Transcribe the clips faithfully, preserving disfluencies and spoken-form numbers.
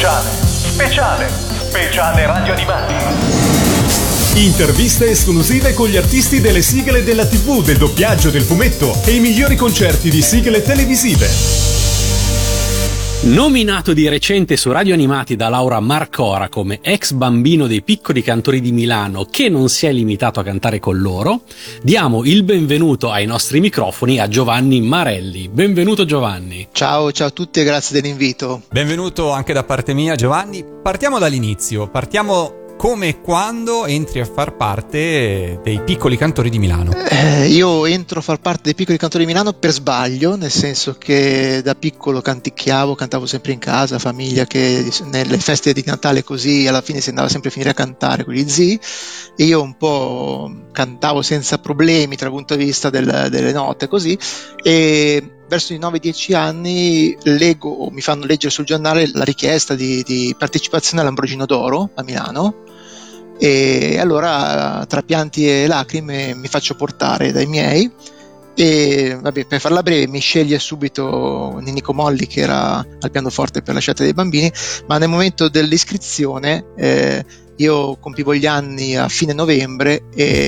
Speciale, speciale, speciale Radio Animati. Interviste esclusive con gli artisti delle sigle della tivù, del doppiaggio, del fumetto e i migliori concerti di sigle televisive. Nominato di recente su Radio Animati da Laura Marcora come ex bambino dei Piccoli Cantori di Milano, che non si è limitato a cantare con loro, diamo il benvenuto ai nostri microfoni a Giovanni Marelli. Benvenuto Giovanni. Ciao, ciao a tutti e grazie dell'invito. Benvenuto anche da parte mia Giovanni. Partiamo dall'inizio, partiamo come e quando entri a far parte dei Piccoli Cantori di Milano. Eh, io entro a far parte dei Piccoli Cantori di Milano per sbaglio, nel senso che da piccolo canticchiavo, cantavo sempre in casa, famiglia, che nelle feste di Natale così alla fine si andava sempre a finire a cantare con gli zii, e io un po' cantavo senza problemi dal punto di vista del, delle note così, e verso i nove dieci anni leggo, o mi fanno leggere sul giornale la richiesta di, di partecipazione all'Ambrogino d'Oro a Milano, e allora tra pianti e lacrime mi faccio portare dai miei e vabbè, per farla breve mi sceglie subito Ninico Molli, che era al pianoforte per la scelta dei bambini, ma nel momento dell'iscrizione eh, io compivo gli anni a fine novembre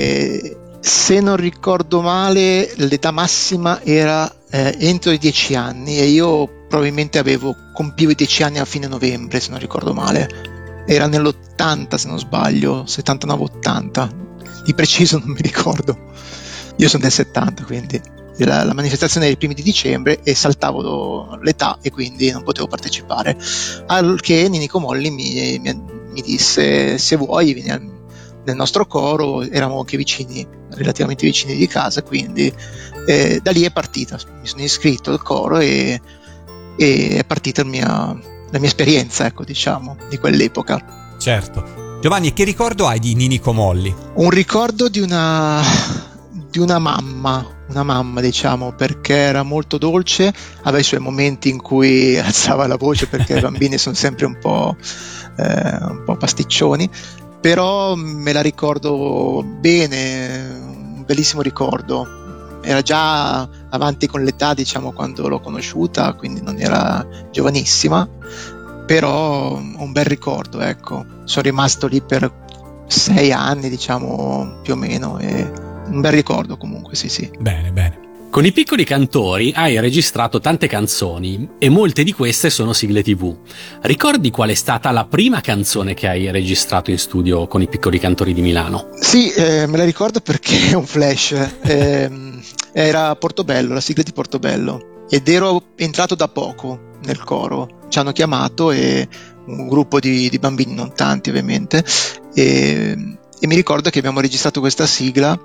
e se non ricordo male l'età massima era eh, entro i dieci anni, e io probabilmente avevo compivo i dieci anni a fine novembre, se non ricordo male. Era nell'ottanta se non sbaglio, settantanove ottanta, di preciso non mi ricordo. Io sono del settanta, quindi la, la manifestazione era i primi di dicembre e saltavo l'età e quindi non potevo partecipare. Al che Ninico Molli mi, mi, mi disse: se vuoi vieni al, nel nostro coro, eravamo anche vicini, relativamente vicini di casa, quindi eh, da lì è partita, mi sono iscritto al coro e, e è partita il mia, la mia esperienza, ecco, diciamo, di quell'epoca. Certo. Giovanni, che ricordo hai di Ninico Molli? Un ricordo di una, di una mamma, una mamma diciamo, perché era molto dolce, aveva i suoi momenti in cui alzava la voce perché i bambini sono sempre un po', eh, un po' pasticcioni, però me la ricordo bene, un bellissimo ricordo. Era già avanti con l'età, diciamo, quando l'ho conosciuta, quindi non era giovanissima, però un bel ricordo, ecco. Sono rimasto lì per sei anni, diciamo, più o meno, e un bel ricordo comunque, sì sì. Bene, bene. Con i Piccoli Cantori hai registrato tante canzoni e molte di queste sono sigle tivù. Ricordi qual è stata la prima canzone che hai registrato in studio con i Piccoli Cantori di Milano? Sì, eh, me la ricordo perché è un flash. Eh, era Portobello, la sigla di Portobello, ed ero entrato da poco nel coro. Ci hanno chiamato, e un gruppo di, di bambini, non tanti ovviamente, e, e mi ricordo che abbiamo registrato questa sigla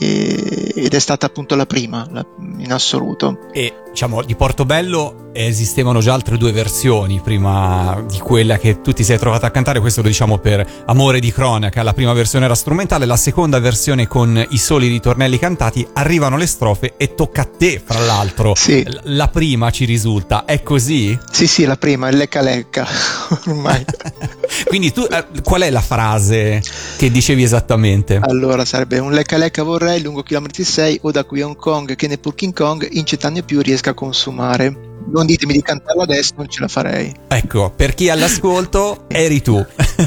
e, ed è stata appunto la prima la, in assoluto. E diciamo di Portobello esistevano già altre due versioni prima di quella che tu ti sei trovato a cantare. Questo lo diciamo per amore di cronaca. La prima versione era strumentale, la seconda versione con i soli ritornelli cantati. Arrivano le strofe e tocca a te, fra l'altro. Sì. La prima ci risulta, è così? Sì sì, la prima è lecca lecca ormai. Quindi tu eh, qual è la frase che dicevi esattamente? Allora sarebbe: un lecca lecca vorrei, lungo chilometri sei, o da qui a Hong Kong, che neppur King Kong in città né più riesca a consumare. Non ditemi di cantarlo adesso, non ce la farei. Ecco, per chi è all'ascolto, eri tu.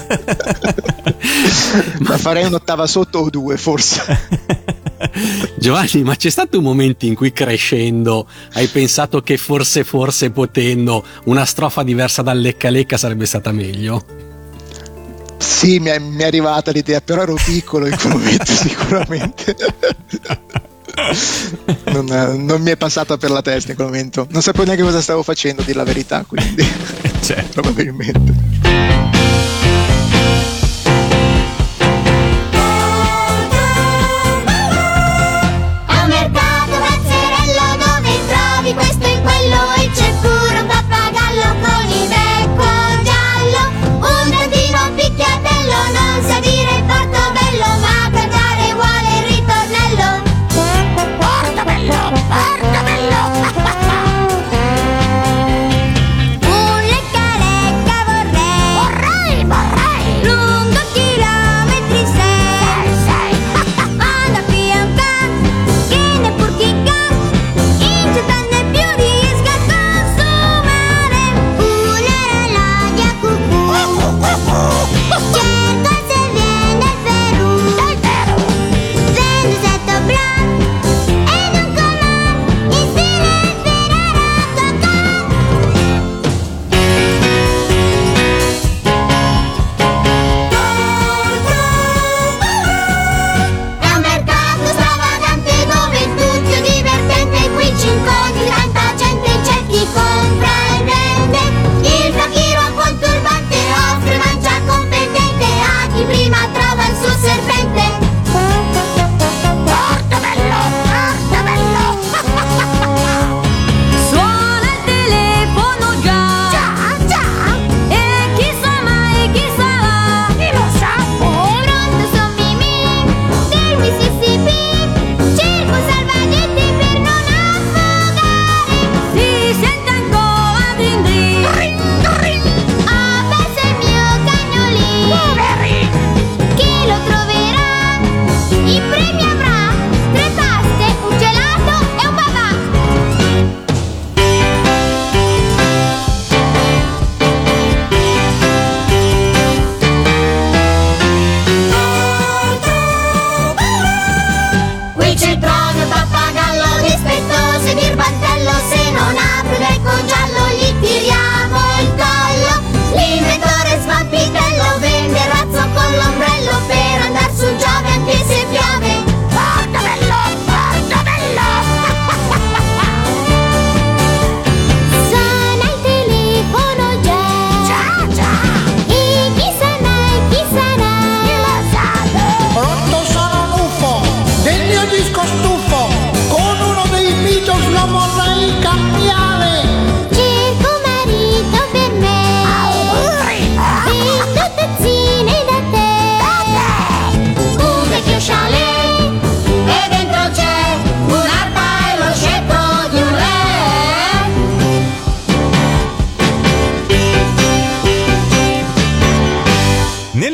Ma farei un'ottava sotto o due, forse. Giovanni, ma c'è stato un momento in cui crescendo hai pensato che forse forse potendo una strofa diversa dal lecca lecca sarebbe stata meglio? Sì, mi è, mi è arrivata l'idea, però ero piccolo in quel momento sicuramente. Non, non mi è passata per la testa in quel momento. Non sapevo neanche cosa stavo facendo, a dir la verità, quindi certo, probabilmente. Questo e quello, e c'è pure un pappagallo con il becco giallo, un tantino picchiatello, non sa dire il Portobello, ma cantare vuole il ritornello. Portobello, Portobello. Un lecca lecca vorrei,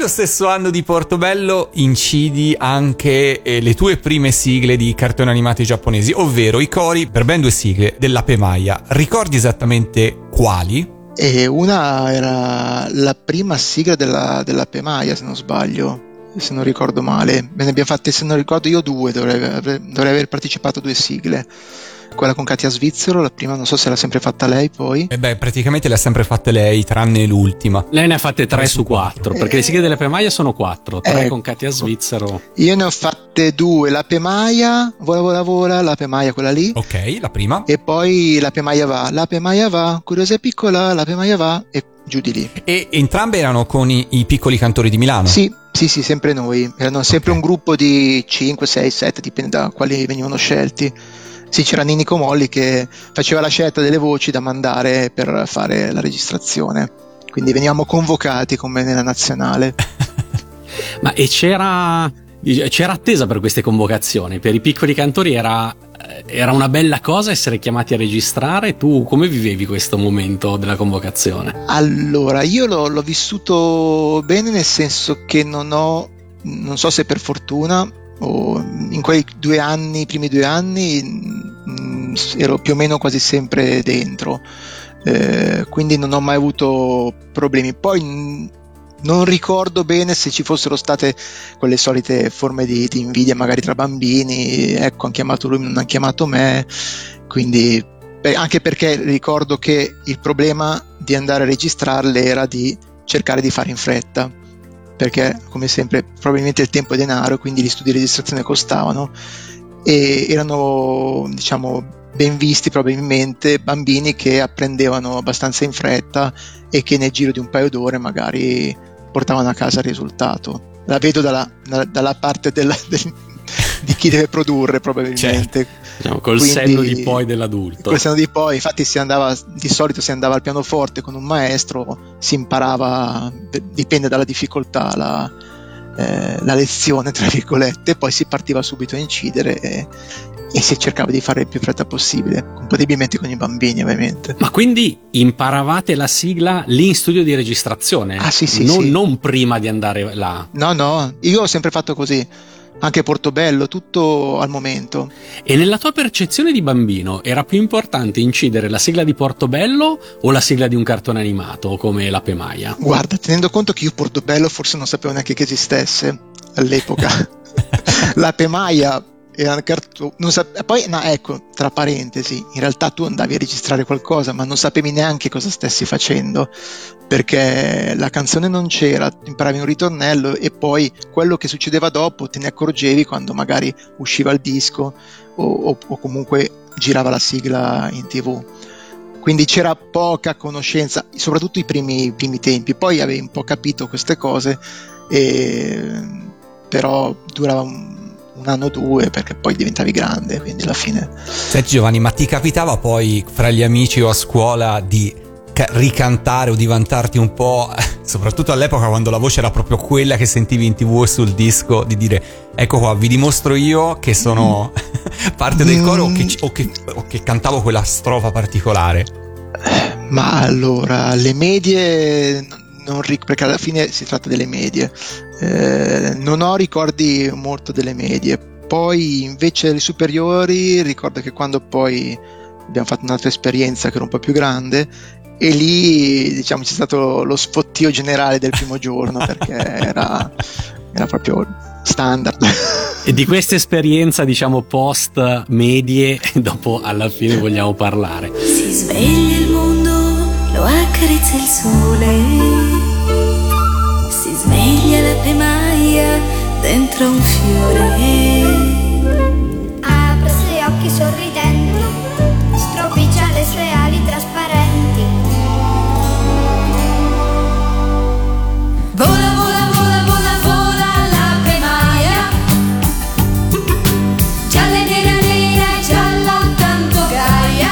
stesso anno di Portobello incidi anche eh, le tue prime sigle di cartoni animati giapponesi, ovvero i cori per ben due sigle dell'Ape Maia. Ricordi esattamente quali? E una era la prima sigla della, dell'Ape Maia, se non sbaglio, se non ricordo male. Me ne abbiamo fatte, se non ricordo io, due, dovrei, aver- dovrei aver partecipato a due sigle. Quella con Katia Svizzero, la prima non so se l'ha sempre fatta lei poi. E beh, praticamente le ha sempre fatte lei, tranne l'ultima. Lei ne ha fatte tre su quattro, perché le sigle dell'Ape Maia sono quattro, tre Eh, con Katia Svizzero. Io ne ho fatte due, l'Ape Maia, vola vola vola, l'Ape Maia quella lì, Ok, la prima. e poi l'Ape Maia va, l'Ape Maia va, curiosa e piccola, l'Ape Maia va, e giù di lì. E entrambe erano con i, i piccoli cantori di Milano. Sì, sì, sì, sempre noi. Erano sempre Ok. un gruppo di cinque, sei, sette, dipende da quali venivano scelti. Sì, c'era Ninico Molli che faceva la scelta delle voci da mandare per fare la registrazione. Quindi venivamo convocati come nella nazionale. Ma e c'era c'era attesa per queste convocazioni? Per i piccoli cantori era era una bella cosa essere chiamati a registrare. Tu come vivevi questo momento della convocazione? Allora, io l'ho, l'ho vissuto bene, nel senso che non ho, non so se per fortuna, o in quei due anni, i primi due anni, mh, ero più o meno quasi sempre dentro, eh, quindi non ho mai avuto problemi. Poi mh, non ricordo bene se ci fossero state quelle solite forme di, di invidia magari tra bambini, ecco, hanno chiamato lui, non hanno chiamato me, quindi beh, anche perché ricordo che il problema di andare a registrarle era di cercare di fare in fretta, perché come sempre probabilmente il tempo è denaro, quindi gli studi di registrazione costavano, e erano, diciamo, ben visti probabilmente bambini che apprendevano abbastanza in fretta e che nel giro di un paio d'ore magari portavano a casa il risultato. La vedo dalla, dalla, dalla parte della, del, di chi deve produrre probabilmente. Diciamo, col Quindi, senno di poi dell'adulto. Col senno di poi, infatti si andava, di solito si andava al pianoforte con un maestro, si imparava, dipende dalla difficoltà, la, eh, la lezione tra virgolette, e poi si partiva subito a incidere e, e si cercava di fare il più fretta possibile, compatibilmente con i bambini ovviamente. Ma quindi imparavate la sigla lì in studio di registrazione? Ah, sì, sì, non, sì. non prima di andare là. No, no, io ho sempre fatto così, anche Portobello, tutto al momento. E nella tua percezione di bambino era più importante incidere la sigla di Portobello o la sigla di un cartone animato come l'Ape Maia? Guarda, tenendo conto che io Portobello forse non sapevo neanche che esistesse all'epoca. L'Ape Maia era un cartone, non sap- poi no, ecco, tra parentesi, in realtà tu andavi a registrare qualcosa ma non sapevi neanche cosa stessi facendo, perché la canzone non c'era, imparavi un ritornello e poi quello che succedeva dopo te ne accorgevi quando magari usciva il disco o, o, o comunque girava la sigla in tv. Quindi c'era poca conoscenza, soprattutto i primi, i primi tempi. Poi avevi un po' capito queste cose, e, però durava un, un anno o due perché poi diventavi grande, quindi alla fine. Senti Giovanni, ma ti capitava poi fra gli amici o a scuola di ca- ricantare o di vantarti un po', soprattutto all'epoca quando la voce era proprio quella che sentivi in tv e sul disco, di dire ecco qua, vi dimostro io che sono parte del coro o che, o, che, o che cantavo quella strofa particolare? Ma allora, le medie, non ric- perché alla fine si tratta delle medie, eh, non ho ricordi molto delle medie. Poi invece alle superiori ricordo che quando poi abbiamo fatto un'altra esperienza che era un po' più grande, e lì diciamo c'è stato lo sfottio generale del primo giorno perché era, era proprio standard. E di questa esperienza, diciamo, post medie, dopo alla fine vogliamo parlare. Si sveglia il mondo, lo accarezza il sole. Si sveglia l'Ape Maia dentro un fiore. Apre i suoi occhi sorridendo, stropiccia le sue ali trasparenti. Vola, vola, vola, vola, vola l'Ape Maia. Gialla e nera, nera e gialla, tanto gaia.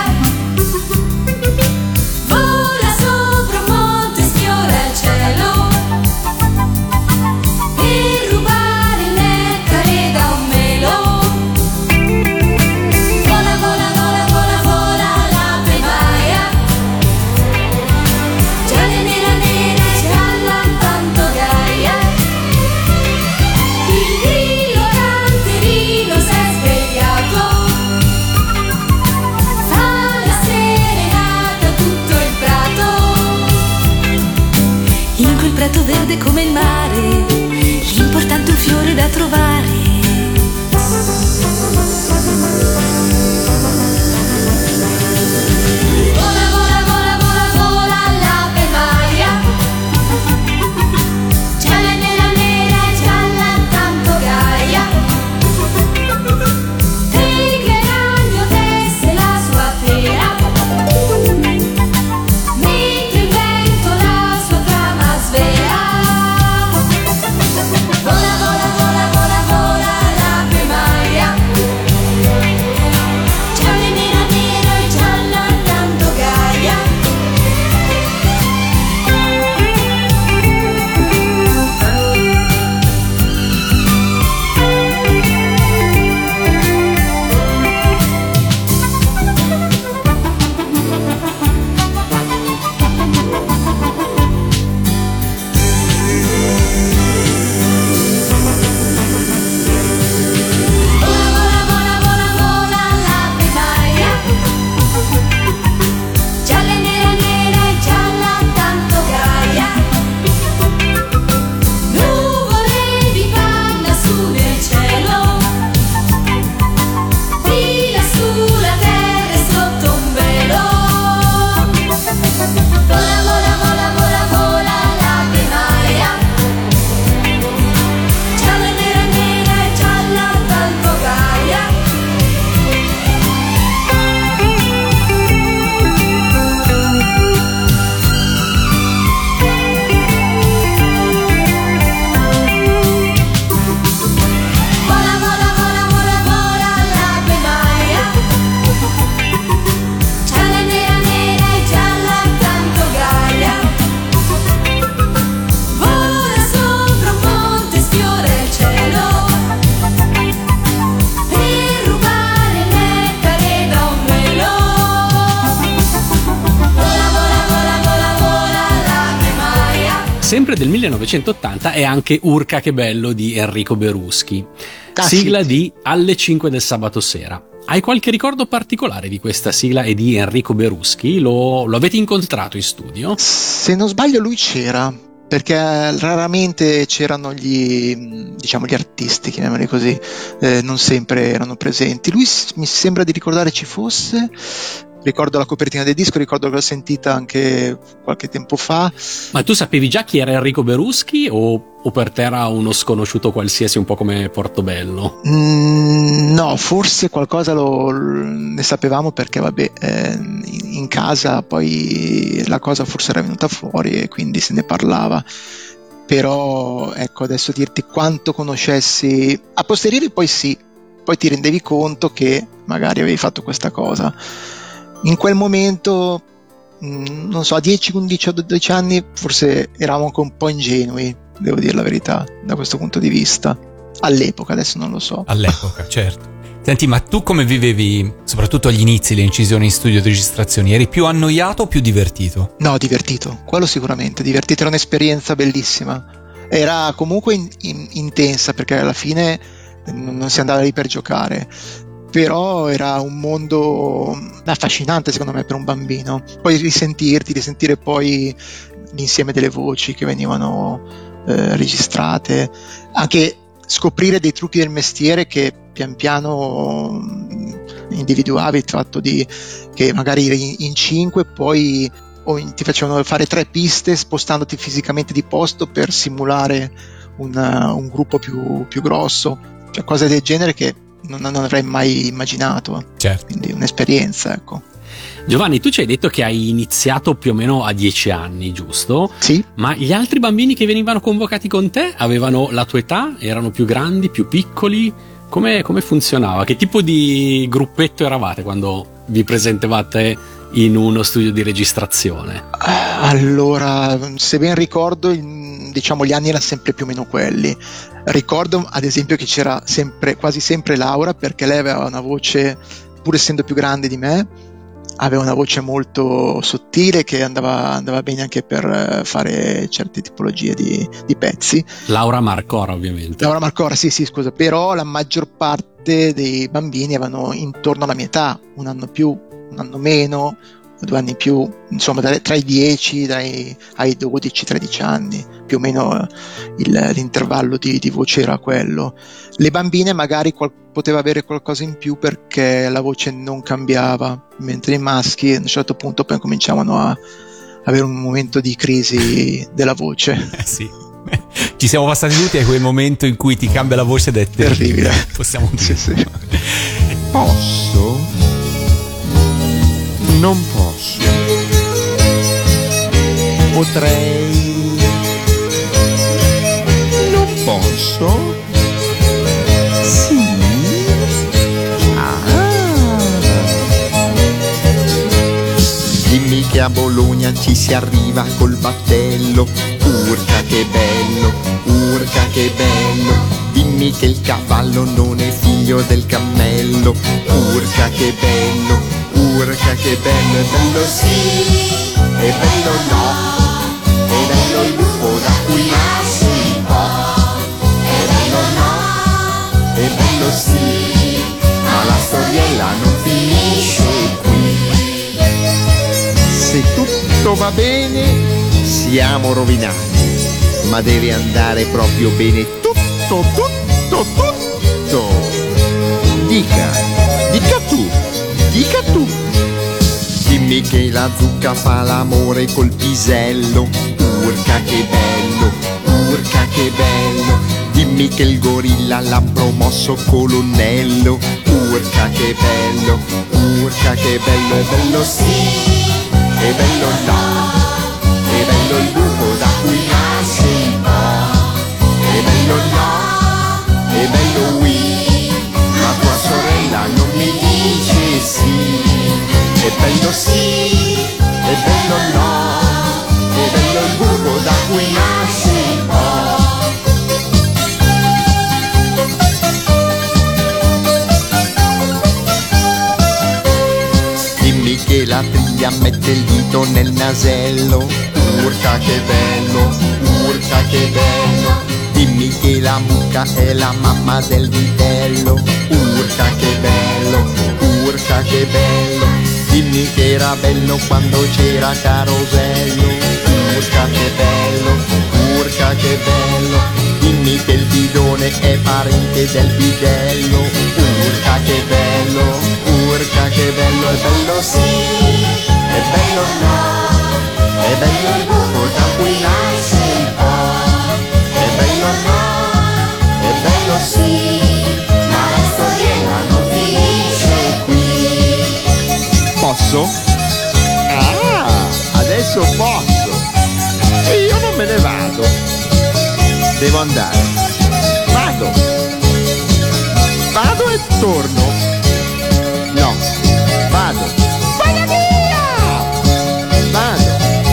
Vola sopra un monte, sfiora il cielo per rubare il nettare da un melo. prato verde come il mare, l'importante è un fiore da trovare. Sempre del millenovecentottanta è anche Urca che bello di Enrico Beruschi, Ah, sigla sì. di Alle cinque del sabato sera. Hai qualche ricordo particolare di questa sigla e di Enrico Beruschi? Lo, lo avete incontrato in studio? Se non sbaglio lui c'era, perché raramente c'erano gli, diciamo, gli artisti, chiamiamoli così, eh, non sempre erano presenti. Lui s- mi sembra di ricordare ci fosse, ricordo la copertina del disco, ricordo che l'ho sentita anche qualche tempo fa. Ma tu sapevi già chi era Enrico Beruschi o, o per te era uno sconosciuto qualsiasi un po' come Portobello? Mm, no, forse qualcosa lo, ne sapevamo perché vabbè, eh, in, in casa poi la cosa forse era venuta fuori e quindi se ne parlava. Però ecco, adesso dirti quanto conoscessi a posteriori, poi sì, poi ti rendevi conto che magari avevi fatto questa cosa. In quel momento, mh, non so, a dieci, undici o dodici anni forse eravamo anche un po' ingenui, devo dire la verità, da questo punto di vista. All'epoca, adesso non lo so. All'epoca, certo. Senti, ma tu come vivevi, soprattutto agli inizi, le incisioni in studio di registrazioni? Eri più annoiato o più divertito? No, divertito, quello sicuramente, divertito, era un'esperienza bellissima. Era comunque in- in- intensa perché alla fine non non si andava lì per giocare, però era un mondo affascinante secondo me per un bambino. Poi risentirti, risentire poi l'insieme delle voci che venivano eh, registrate, anche scoprire dei trucchi del mestiere che pian piano mh, individuavi, il fatto di che magari eri in, in cinque poi o in- ti facevano fare tre piste spostandoti fisicamente di posto per simulare una- un gruppo più, più grosso, cioè cose del genere che non, non avrei mai immaginato, Certo. quindi un'esperienza, ecco. Giovanni, tu ci hai detto che hai iniziato più o meno a dieci anni, giusto? Sì, Ma gli altri bambini che venivano convocati con te avevano la tua età? Erano più grandi, più piccoli? Come, come funzionava? Che tipo di gruppetto eravate quando vi presentavate in uno studio di registrazione? allora, se ben ricordo, il- diciamo gli anni erano sempre più o meno quelli. Ricordo ad esempio che c'era sempre, quasi sempre Laura, perché lei aveva una voce, pur essendo più grande di me, aveva una voce molto sottile che andava, andava bene anche per eh, fare certe tipologie di, di pezzi. Laura Marcora, ovviamente. Laura Marcora, sì, sì, scusa, però la maggior parte dei bambini avevano intorno alla mia età, un anno più, un anno meno, due anni in più, insomma da- tra i dieci dai, ai dodici tredici anni, più o meno eh, il- l'intervallo di, di voce era quello. Le bambine magari qual- poteva avere qualcosa in più perché la voce non cambiava, mentre i maschi a un certo punto poi cominciavano a avere un momento di crisi della voce. Eh sì. Ci siamo passati tutti a quel momento in cui ti cambia la voce ed è terribile. Terribile. Possiamo dire. Sì, sì. Posso? Non posso. Potrei. Non posso. Sì. Ah. Dimmi che a Bologna ci si arriva col battello. Urca che bello, urca che bello. Dimmi che il cavallo non è figlio del cammello. Urca che bello, urca che bello. È bello sì, è bello no. È bello il lupo da cui nasce un po'. È bello no, è bello sì, ma la storiella non finisce qui. Se tutto va bene siamo rovinati, ma deve andare proprio bene tutto, tutto, tutto. Dica, dica tu, dica tu. Dimmi che la zucca fa l'amore col pisello. Urca che bello, urca che bello. Dimmi che il gorilla l'ha promosso colonnello. Urca che bello, urca che bello. È bello sì, è bello no. È bello il lupo da cui nasce un po'. È bello no, è bello oui, ma tua sorella non mi dice sì. È bello sì, è bello no. È bello il lupo da cui nasce un po'. Dimmi che la triglia mette il dito nel nasello. Urca che bello, urca che bello. Dimmi che la mucca è la mamma del vitello. Urca che bello, urca che bello. Dimmi che era bello quando c'era Carosello. Urca che bello, urca che bello. Dimmi che il bidone è parente del bidello. Urca che bello, urca che bello. È bello sì, è bello no. È bello il buco da cui nasce un po'. È bello no, è bello sì, ma la storiella non finisce qui. Posso? Ah, adesso posso. E io non me ne vado. Devo andare. Vado. Vado e torno. No, vado. Vado via! Vado.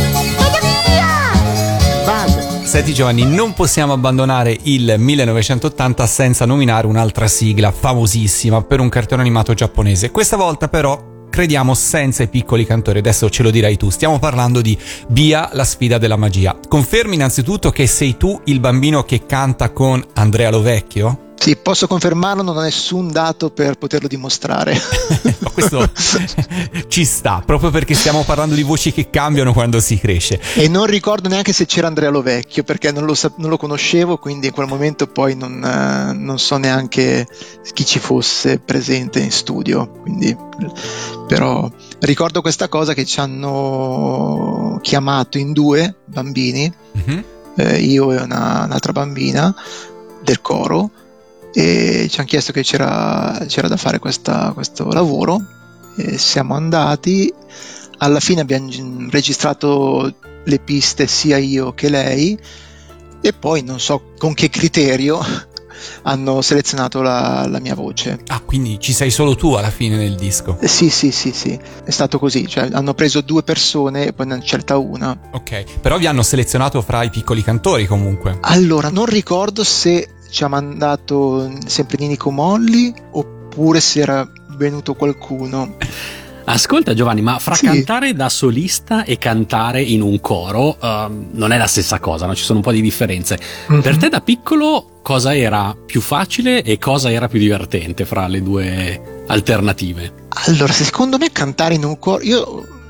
Senti Giovanni, non possiamo abbandonare il millenovecentottanta senza nominare un'altra sigla famosissima per un cartone animato giapponese. Questa volta però crediamo senza i piccoli cantori, adesso ce lo dirai tu. Stiamo parlando di Bia, la sfida della magia. Confermi innanzitutto che sei tu il bambino che canta con Andrea Lovecchio? Sì, posso confermarlo, non ho nessun dato per poterlo dimostrare. Ma questo ci sta, proprio perché stiamo parlando di voci che cambiano quando si cresce. E non ricordo neanche se c'era Andrea Lovecchio, perché non lo, non lo conoscevo, quindi in quel momento poi non, eh, non so neanche chi ci fosse presente in studio. Quindi, però ricordo questa cosa che ci hanno chiamato in due bambini, mm-hmm. eh, io e una, un'altra bambina del coro, e ci hanno chiesto che c'era, c'era da fare questa, questo lavoro, e siamo andati. Alla fine abbiamo registrato le piste sia io che lei, e poi non so con che criterio hanno selezionato la, la mia voce. Ah, quindi ci sei solo tu alla fine del disco? Eh, sì, sì, sì, sì, è stato così, cioè hanno preso due persone e poi ne hanno scelta una. Ok, però vi hanno selezionato fra i piccoli cantori comunque. Allora, non ricordo se ci ha mandato sempre Ninico Molli oppure se era venuto qualcuno. Ascolta Giovanni, ma fra sì. cantare da solista e cantare in un coro uh, non è la stessa cosa, no? Ci sono un po' di differenze. Mm-hmm. Per te da piccolo cosa era più facile e cosa era più divertente fra le due alternative? Allora, secondo me cantare in un coro, io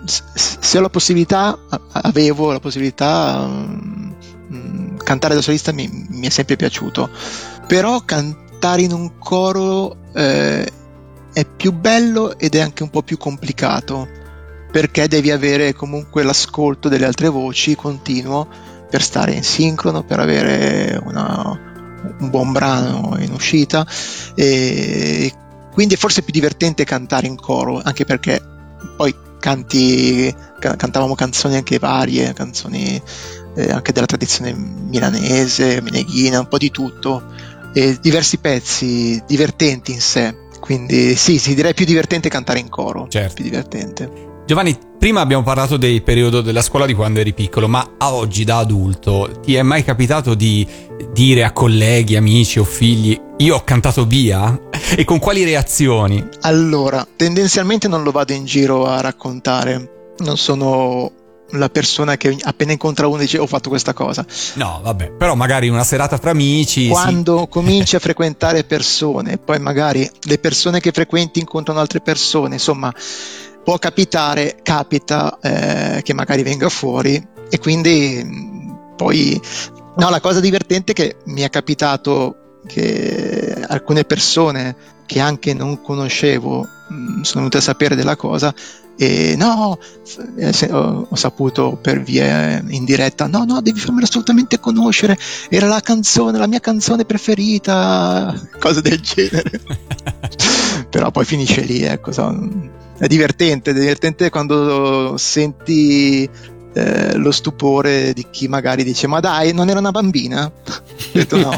se ho la possibilità, avevo la possibilità, um, cantare da solista mi, mi è sempre piaciuto, però cantare in un coro eh, è più bello ed è anche un po' più complicato, perché devi avere comunque l'ascolto delle altre voci continuo per stare in sincrono, per avere una, un buon brano in uscita, e quindi è forse più divertente cantare in coro, anche perché poi canti, ca- cantavamo canzoni anche varie, canzoni eh, anche della tradizione milanese, meneghina, un po' di tutto, e diversi pezzi divertenti in sé, quindi sì, sì, direi più divertente cantare in coro, certo. Più divertente. Giovanni, prima abbiamo parlato del periodo della scuola di quando eri piccolo, ma a oggi da adulto ti è mai capitato di dire a colleghi, amici o figli io ho cantato Bia? E con quali reazioni? Allora, tendenzialmente non lo vado in giro a raccontare, non sono la persona che appena incontra uno dice ho fatto questa cosa. No, vabbè, però magari una serata fra amici. Quando sì. cominci a frequentare persone, poi magari le persone che frequenti incontrano altre persone, insomma può capitare, capita eh, che magari venga fuori, e quindi mh, poi no, la cosa divertente è che mi è capitato che alcune persone che anche non conoscevo mh, sono venute a sapere della cosa, e no, eh, se, ho, ho saputo per via in diretta, no no devi farmelo assolutamente conoscere, era la canzone, la mia canzone preferita, cose del genere. Però poi finisce lì, ecco, so, è divertente, è divertente quando senti eh, lo stupore di chi magari dice ma dai, non era una bambina? Ho detto no.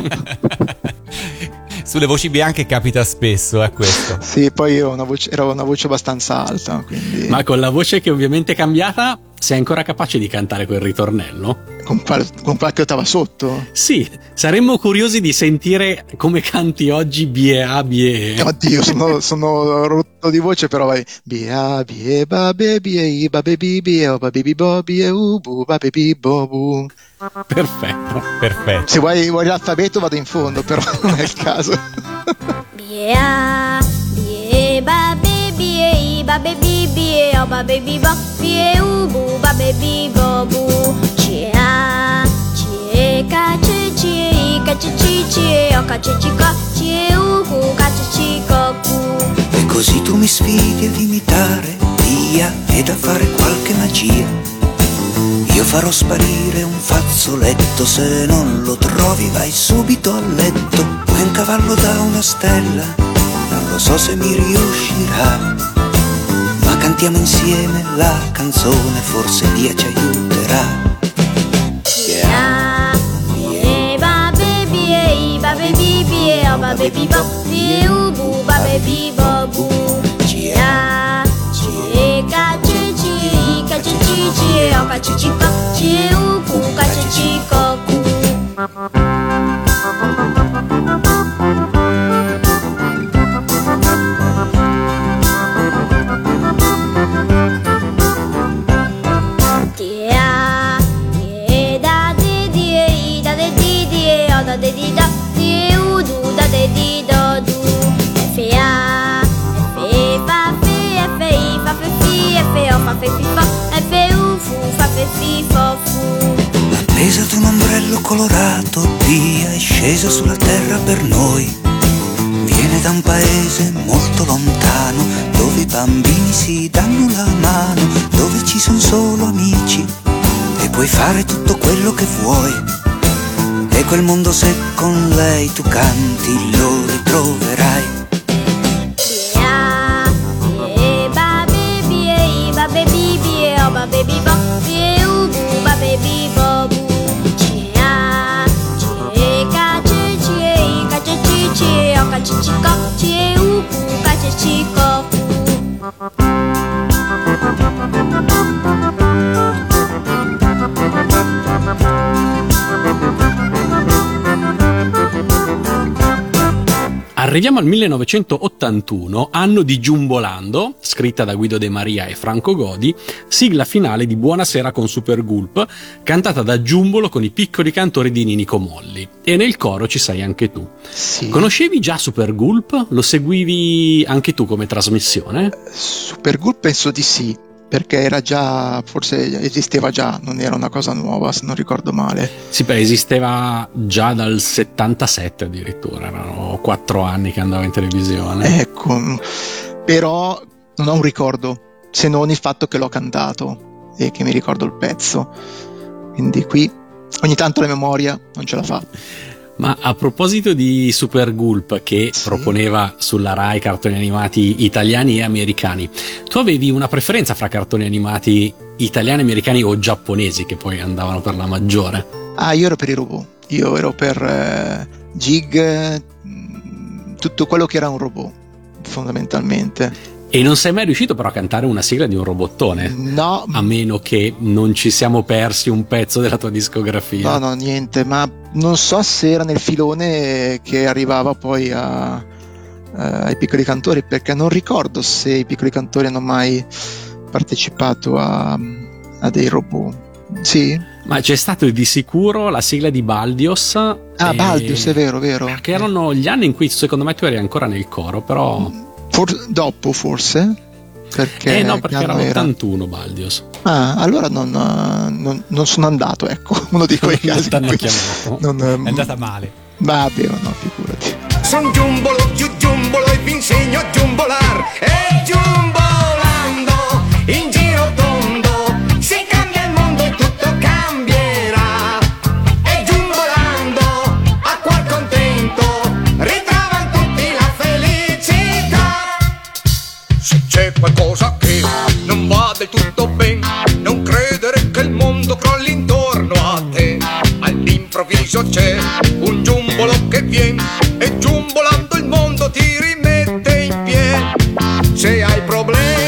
Sulle voci bianche capita spesso, è questo. Sì, poi io ho una voce, ero una voce abbastanza alta, quindi... Ma con la voce che ovviamente è cambiata, sei ancora capace di cantare quel ritornello? Con, qual- con qualche ottava sotto? Sì, saremmo curiosi di sentire come canti oggi Bie A Bie. Oddio, sono, sono rotto di voce, però vai. Bia bie ba be bie i ba be bi bie o ba be bi bo bie u bu ba be bi bo bu. Perfetto. Perfetto. Se vuoi, vuoi l'alfabeto vado in fondo, però non è il caso. Bia, bie, ba, be, bie, i, ba, be, bi, bie, o, ba, be, bi, bo, bie, u, bu, ba, be, bi, bo, bu. Cia, cie, ca, ce, cie, i, ca, ce, ci, cie, o, ca, ce, ci, co, cie, u, cu, ca, ce, ci, co, cu. E così tu mi sfidi ad imitare Bia ed a fare qualche magia. Io farò sparire un fazzoletto, se non lo trovi vai subito a letto. Vuoi un cavallo da una stella? Non lo so se mi riuscirà, ma cantiamo insieme la canzone, forse Dio ci aiuterà. Bia, bie, ba, be, bie, i, ba, be, bi, bie, o, ba, be, bi, bo, bie, u, bu, ba, be, bi, bo, bu. Cia, cie, ca, ce, cie, i, ca, ce, ci, cie, o, ca, ce, ci, co, cie, u, cu, ca, ce, ci, co, cu. Tia, die, da, de, die, i, da, de, di, die, o, da, de, di, do, die, u, du, da, de, di, do, du. F, A, F, fa, fe, F, I, fa, fe, fi, F, O, fa, fe, fi, fo, F, U, fu, fa, fe, fi, fo, fu. Appesa ad un ombrello colorato, Bia è scesa sulla terra per noi. Viene da un paese molto lontano, dove i bambini si danno la mano, dove ci sono solo amici e puoi fare tutto quello che vuoi. E quel mondo, se con lei tu canti, lo ritroverai. Bia, bie, ba, be, bie, i, ba, be, bi, bie, o, ba, be, bi, bo, bie, u, bu, ba, be, bi, bo, bu. Cia, cie, ca, ce, cie, i, ca, ce, ci, cie, o, ca, ce, ci, co, cie, u, cu, ca, ce, ci, co, cu. Arriviamo al millenovecentottantuno, anno di Giumbolando, scritta da Guido De Maria e Franco Godi, sigla finale di Buonasera con Supergulp, cantata da Giumbolo con i piccoli cantori di Ninico Molli. E nel coro ci sei anche tu. Sì. Conoscevi già Supergulp? Lo seguivi anche tu come trasmissione? Supergulp penso di sì, perché era già, forse esisteva già, non era una cosa nuova se non ricordo male. Sì, beh, esisteva già dal settantasette addirittura, erano quattro anni che andava in televisione. Ecco, però non ho un ricordo, se non il fatto che l'ho cantato e che mi ricordo il pezzo, quindi qui ogni tanto la memoria non ce la fa. Ma a proposito di Super Gulp, che sì. proponeva sulla Rai cartoni animati italiani e americani, tu avevi una preferenza fra cartoni animati italiani, americani o giapponesi, che poi andavano per la maggiore? Ah, io ero per i robot, io ero per eh, Jig, mh, tutto quello che era un robot, fondamentalmente. E non sei mai riuscito però a cantare una sigla di un robottone? No. A meno che non ci siamo persi un pezzo della tua discografia. No, no, niente, ma non so se era nel filone che arrivava poi a, uh, ai Piccoli Cantori, perché non ricordo se i Piccoli Cantori hanno mai partecipato a, a dei robot. Sì? Ma c'è stato di sicuro la sigla di Baldios. Ah, e... Baldios, è vero, vero. Che erano gli anni in cui secondo me tu eri ancora nel coro, però... For- dopo forse? Perché eh no, perché era era ottantuno Baldios. Ah, allora non, non, non sono andato, ecco, uno di quei casi. T'hanno chiamato. Non, È andata male. Vabbè, no, figurati. Son giumbolo, giù giumbolo e vi insegno a giumbolar. E giumbolando in giro tondo si cambia il mondo e tutto cambierà. E giumbolando a cuor contento ritrovan tutti la felicità. Se c'è qualcosa che non va del tutto ben, non credere che il mondo crolli intorno a te. All'improvviso c'è un giumbolo che viene e giumbolando il mondo ti rimette in piedi. Se hai problemi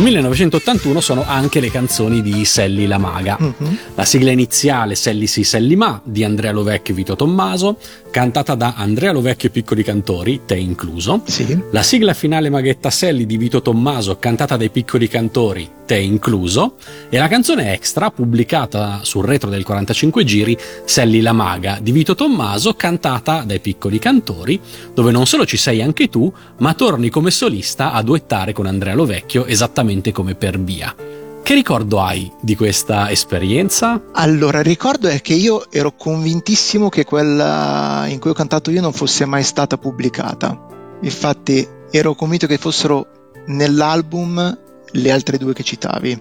millenovecentottantuno sono anche le canzoni di Selli la Maga. Mm-hmm. La sigla iniziale, Selli sì, Selli ma, di Andrea Lovecchio e Vito Tommaso, cantata da Andrea Lovecchio e Piccoli Cantori, te incluso. Sì. La sigla finale Maghetta Selli di Vito Tommaso, cantata dai Piccoli Cantori, te incluso. E la canzone extra, pubblicata sul retro del quarantacinque giri, Selli la Maga, di Vito Tommaso, cantata dai Piccoli Cantori, dove non solo ci sei anche tu, ma torni come solista a duettare con Andrea Lovecchio, esattamente come per Via. Che ricordo hai di questa esperienza? Allora, il ricordo è che io ero convintissimo che quella in cui ho cantato io non fosse mai stata pubblicata. Infatti ero convinto che fossero nell'album le altre due che citavi.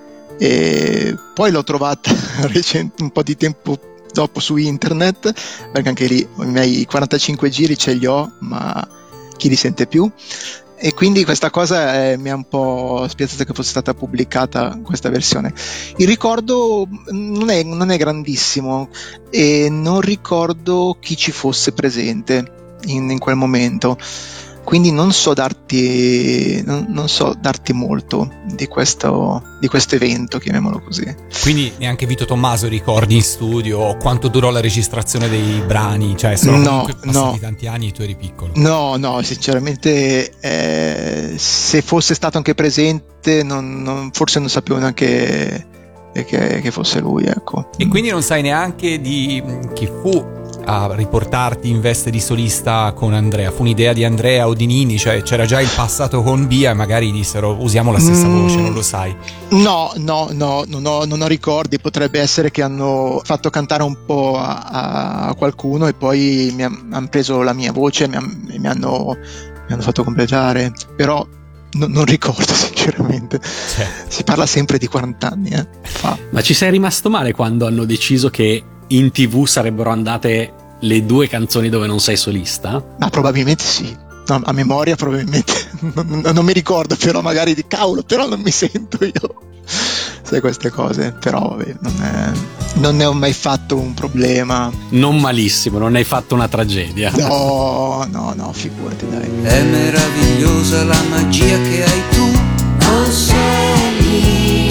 E poi l'ho trovata recente, un po' di tempo dopo su internet, perché anche lì i miei quarantacinque giri ce li ho, ma chi li sente più? E quindi questa cosa eh, mi ha un po' spiazzato che fosse stata pubblicata questa versione. Il ricordo non è, non è grandissimo e non ricordo chi ci fosse presente in, in quel momento, quindi non so darti non, non so darti molto di questo di questo evento, chiamiamolo così. Quindi neanche Vito Tommaso ricordi in studio quanto durò la registrazione dei brani? Cioè sono no, comunque passati no. tanti anni e tu eri piccolo. No, no, sinceramente eh, se fosse stato anche presente non, non, forse non sapevo neanche che, che fosse lui, ecco. E quindi non sai neanche di chi fu a riportarti in veste di solista con Andrea? Fu un'idea di Andrea o di Nini? Cioè c'era già il passato con Via e magari dissero usiamo la stessa mm, voce, non lo sai? No, no, no, non ho, non ho ricordi. Potrebbe essere che hanno fatto cantare un po' a, a qualcuno e poi mi hanno preso la mia voce e mi, han, mi, hanno, mi hanno fatto completare, però no, non ricordo sinceramente. Cioè. Si parla sempre di quaranta anni eh, fa. Ma ci sei rimasto male quando hanno deciso che in tv sarebbero andate le due canzoni dove non sei solista? Ma probabilmente sì, no, a memoria probabilmente non, non mi ricordo, però magari di cavolo, però non mi sento io, sai, queste cose. Però vabbè, non, è, non ne ho mai fatto un problema. Non malissimo, non hai fatto una tragedia. No, no, no, figurati, dai. È meravigliosa la magia che hai tu, oh Sally.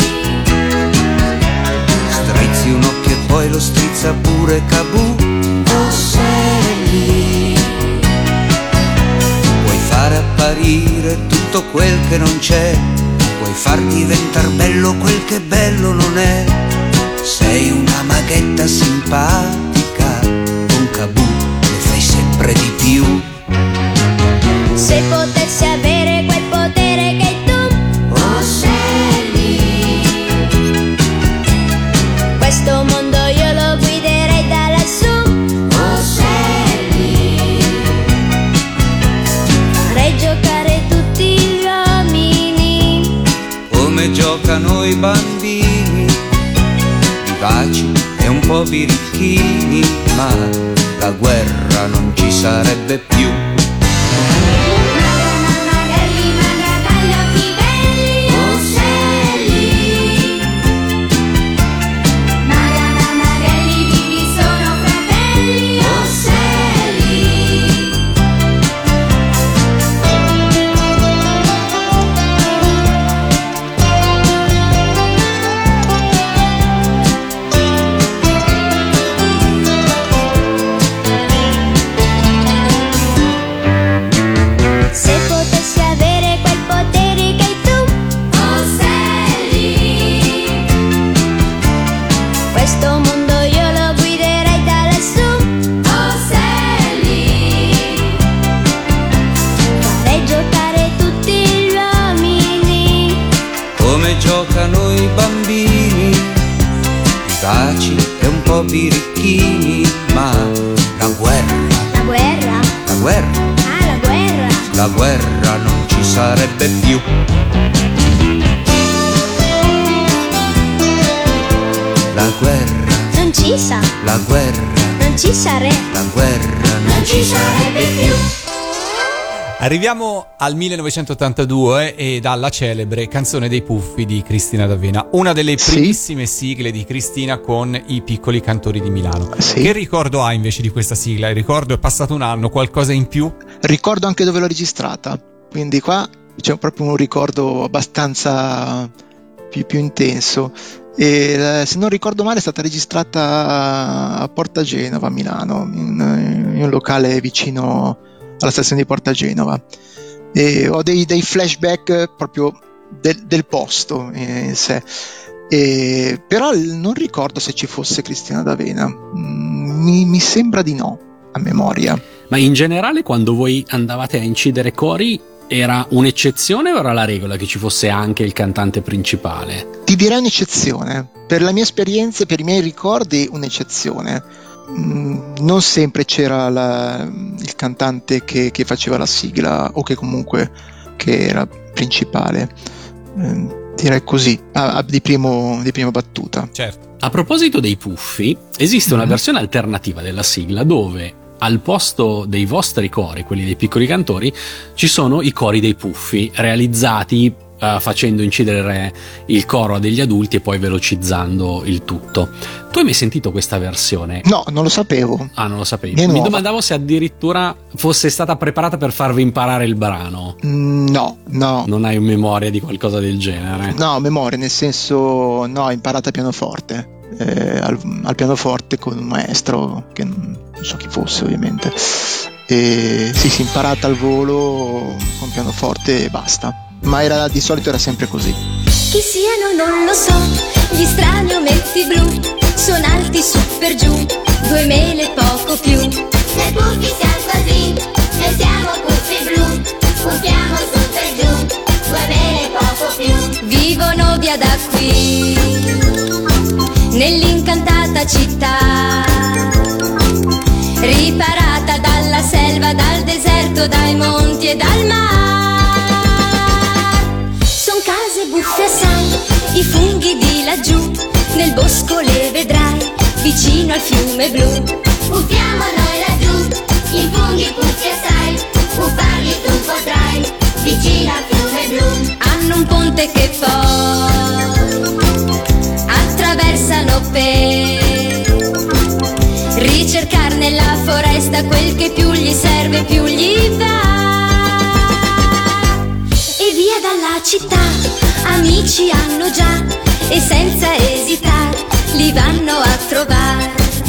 Strizzi un occhio e poi lo strizza pure Cabù, oh Sally. Puoi fare apparire tutto quel che non c'è, puoi far diventar bello quel che bello non è. Sei una maghetta simpatica, con Cabù ne fai sempre di più. Se potessi avere quel potere che hai tu, oh Sally, questo mondo io lo guiderei da lassù, oh Sally. Farei giocare tutti gli uomini come giocano i bambini, vivaci e un po' birichini, ma la guerra non ci sarebbe più. Birichini, ma la guerra, la guerra, la guerra, ah la guerra, la guerra non ci sarebbe più. La guerra non ci sa, la guerra non ci sarebbe, la guerra non, non ci sarebbe più. Arriviamo al millenovecentottantadue e dalla celebre Canzone dei Puffi di Cristina D'Avena, una delle primissime sì. sigle di Cristina con i Piccoli Cantori di Milano. Sì. Che ricordo hai invece di questa sigla? Il ricordo è passato un anno, qualcosa in più? Ricordo anche dove l'ho registrata, quindi qua c'è proprio un ricordo abbastanza più, più intenso. E se non ricordo male è stata registrata a Porta Genova a Milano, in, in un locale vicino alla stazione di Porta Genova, e ho dei, dei flashback proprio del, del posto in sé, e, però non ricordo se ci fosse Cristina D'Avena, mi, mi sembra di no a memoria. Ma in generale, quando voi andavate a incidere cori, era un'eccezione o era la regola che ci fosse anche il cantante principale? Ti direi un'eccezione. Per la mia esperienza, per i miei ricordi, un'eccezione. Mm, non sempre c'era la, il cantante che, che faceva la sigla o che comunque che era principale. Mm, direi così, ah, di, primo, di prima battuta. Certo. A proposito dei puffi, esiste una Mm-hmm. versione alternativa della sigla dove al posto dei vostri cori, quelli dei piccoli cantori, ci sono i cori dei puffi realizzati uh, facendo incidere il coro a degli adulti e poi velocizzando il tutto. Tu hai mai sentito questa versione? No, non lo sapevo. Ah, non lo sapevi. È Mi nuova. domandavo se addirittura fosse stata preparata per farvi imparare il brano. Mm, no, no. Non hai memoria di qualcosa del genere? No, memoria, nel senso, no, imparata a pianoforte. Eh, al, al pianoforte con un maestro che non, non so chi fosse ovviamente, e sì, si imparata al volo con pianoforte e basta, ma era, di solito era sempre così. Chi siano non lo so, gli strani ometti blu, sono alti su per giù, due mele poco più. Noi puffi siamo così, noi siamo puffi blu, puffiamo su per giù, due mele poco più. Vivono via da qui, nell'incantata città, riparata dalla selva, dal deserto, dai monti e dal mar. Son case buffe assai, i funghi di laggiù, nel bosco le vedrai, vicino al fiume blu. Puffiamo noi laggiù, i funghi puffi assai, puffarli tu potrai, vicino al fiume blu. Hanno un ponte che poi attraversano per ricercar nella foresta quel che più gli serve, più gli va. E via dalla città, amici hanno già, e senza esitare li vanno a trovare.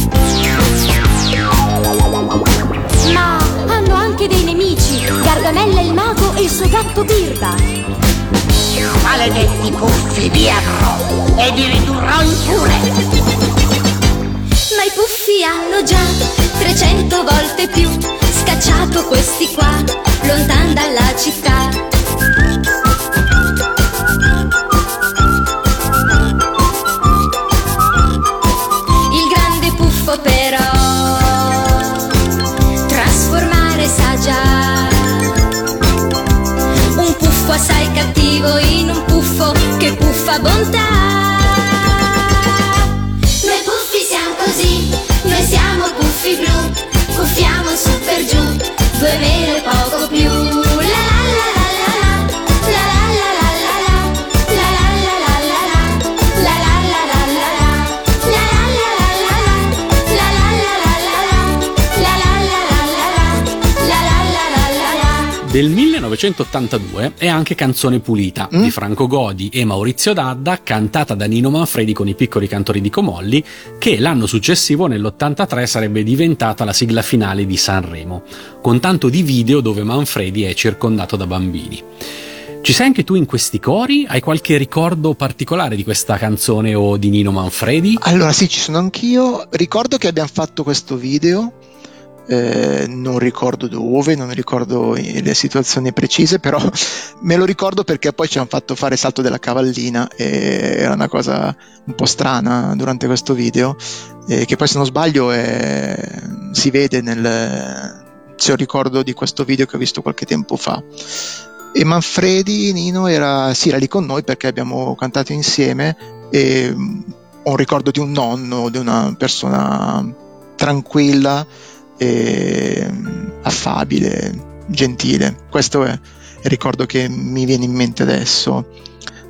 Ma hanno anche dei nemici, Gargamella il mago e il suo gatto Birba. Maledetti puffi, vi avrò e vi ridurrò in pure. Ma i puffi hanno già trecento volte più scacciato questi qua, lontan dalla città. Il grande puffo però trasformare sa già, un puffo assai cattivo in un puffo che puffa bontà. Noi puffi siamo così, noi siamo puffi blu, puffiamo su per giù, due mele poco più. La la la la la, la la la la la, la la la la la la, la la la la la la, la la la la la la, la la la la la, la la la la la, la la la la la. Del millenovecentottantadue è anche Canzone pulita Mm? di Franco Godi e Maurizio D'Adda, cantata da Nino Manfredi con i piccoli cantori di Comolli, che l'anno successivo, nell'ottantatré, sarebbe diventata la sigla finale di Sanremo, con tanto di video dove Manfredi è circondato da bambini. Ci sei anche tu in questi cori? Hai qualche ricordo particolare di questa canzone o di Nino Manfredi? Allora sì, ci sono anch'io, ricordo che abbiamo fatto questo video, eh, non ricordo dove, non ricordo le situazioni precise, però me lo ricordo perché poi ci hanno fatto fare salto della cavallina e era una cosa un po' strana durante questo video, eh, che poi se non sbaglio è, si vede nel, se ho ricordo di questo video che ho visto qualche tempo fa. E Manfredi, Nino, era, sì, era lì con noi perché abbiamo cantato insieme e ho un ricordo di un nonno, di una persona tranquilla e affabile, gentile. Questo è il ricordo che mi viene in mente adesso.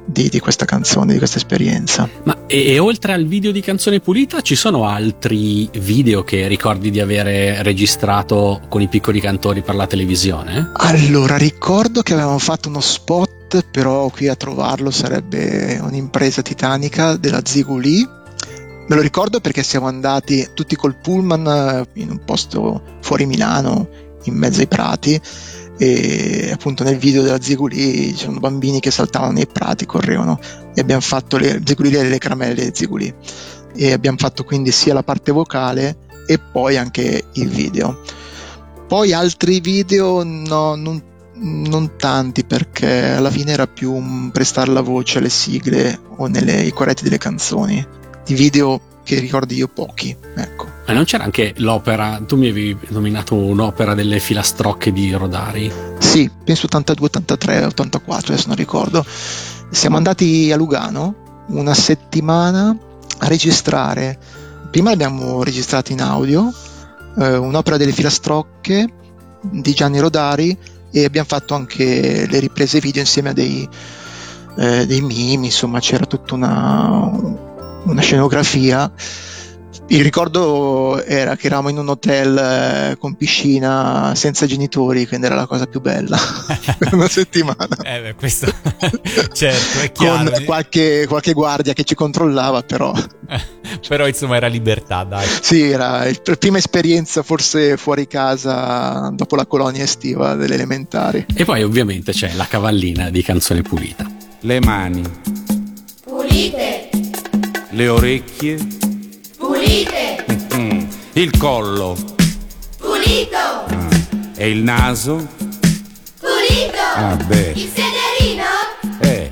di, di questa canzone, di questa esperienza. Ma e, e oltre al video di Canzone Pulita ci sono altri video che ricordi di avere registrato con i Piccoli Cantori per la televisione? Allora, ricordo che avevamo fatto uno spot, però qui a trovarlo sarebbe un'impresa titanica, della Ziguli. Me lo ricordo perché siamo andati tutti col pullman in un posto fuori Milano, in mezzo ai prati, e appunto nel video della Ziguli c'erano bambini che saltavano nei prati, correvano, e abbiamo fatto le Ziguli e le caramelle Ziguli, e abbiamo fatto quindi sia la parte vocale e poi anche il video. Poi altri video no, non, non tanti, perché alla fine era più un prestare la voce alle sigle o nei coretti delle canzoni. Di video che ricordi io pochi, ecco. Ma non c'era anche l'opera, tu mi avevi nominato un'opera delle filastrocche di Rodari? Sì, penso ottantadue, ottantatré, ottantaquattro, adesso non ricordo. Siamo andati a Lugano una settimana a registrare. Prima abbiamo registrato in audio eh, un'opera delle filastrocche di Gianni Rodari, e abbiamo fatto anche le riprese video insieme a dei, eh, dei mimi, insomma c'era tutta una... una scenografia. Il ricordo era che eravamo in un hotel eh, con piscina senza genitori, quindi era la cosa più bella per una settimana. Eh beh, questo certo, è chiaro. Con qualche, qualche guardia che ci controllava, però. Però insomma era libertà, dai. Sì, era la prima esperienza forse fuori casa dopo la colonia estiva delle elementari. E poi ovviamente c'è la cavallina di Canzone Pulita. Le mani Pulite, le orecchie pulite, mm, il collo pulito, ah, e il naso pulito, ah beh il sederino eh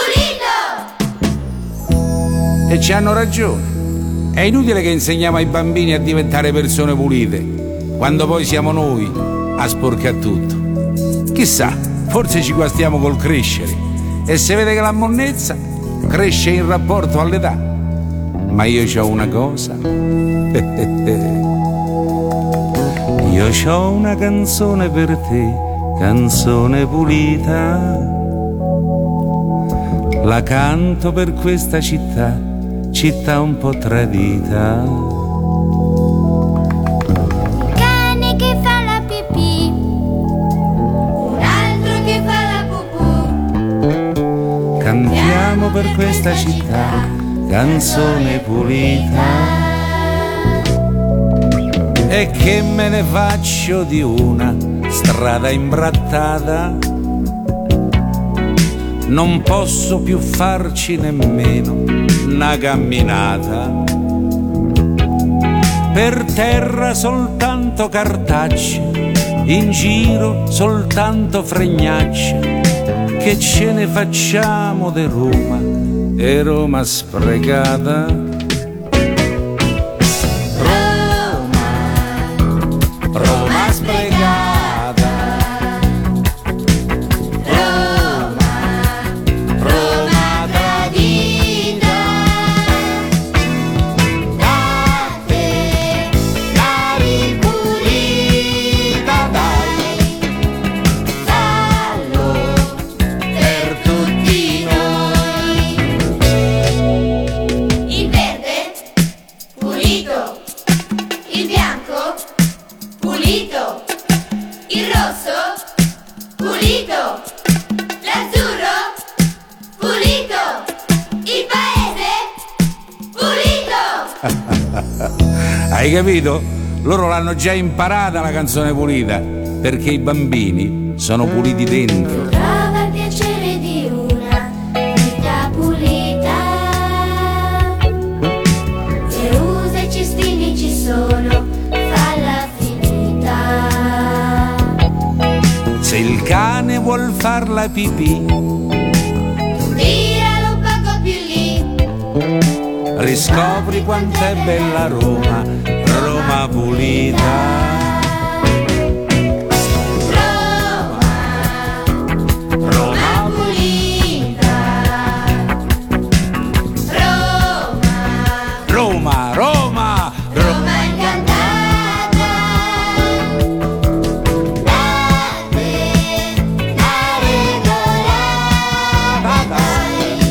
pulito. e ci hanno ragione. È inutile che insegniamo ai bambini a diventare persone pulite quando poi siamo noi a sporcare tutto. Chissà, forse ci guastiamo col crescere, e se vede che la monnezza cresce in rapporto all'età. Ma io c'ho una cosa. Io c'ho una canzone per te, canzone pulita. La canto per questa città, città un po' tradita. Un cane che fa la pipì, un altro che fa la pupù. Cantiamo per questa città, canzone pulita. E che me ne faccio di una strada imbrattata? Non posso più farci nemmeno una camminata. Per terra soltanto cartacce, in giro soltanto fregnacce. Che ce ne facciamo de Roma, e Roma sprecata? Roma sprecata, Roma, Roma tradita. Da te la ripulita, dai, fallo per tutti noi. Il verde pulito, il bianco pulito, il rosso pulito, l'azzurro pulito, il paese pulito. hai capito? Loro l'hanno già imparata la canzone pulita, perché i bambini sono puliti dentro. Prova il piacere di una vita pulita. Se usa i cestini ci sono, falla finita. Se il cane vuol far la pipì, Tiralo un poco più lì. riscopri quant'è bella Roma, Roma pulita. Roma pulita. Roma, Roma, Roma, Roma incantata. Da te la regolata, dai.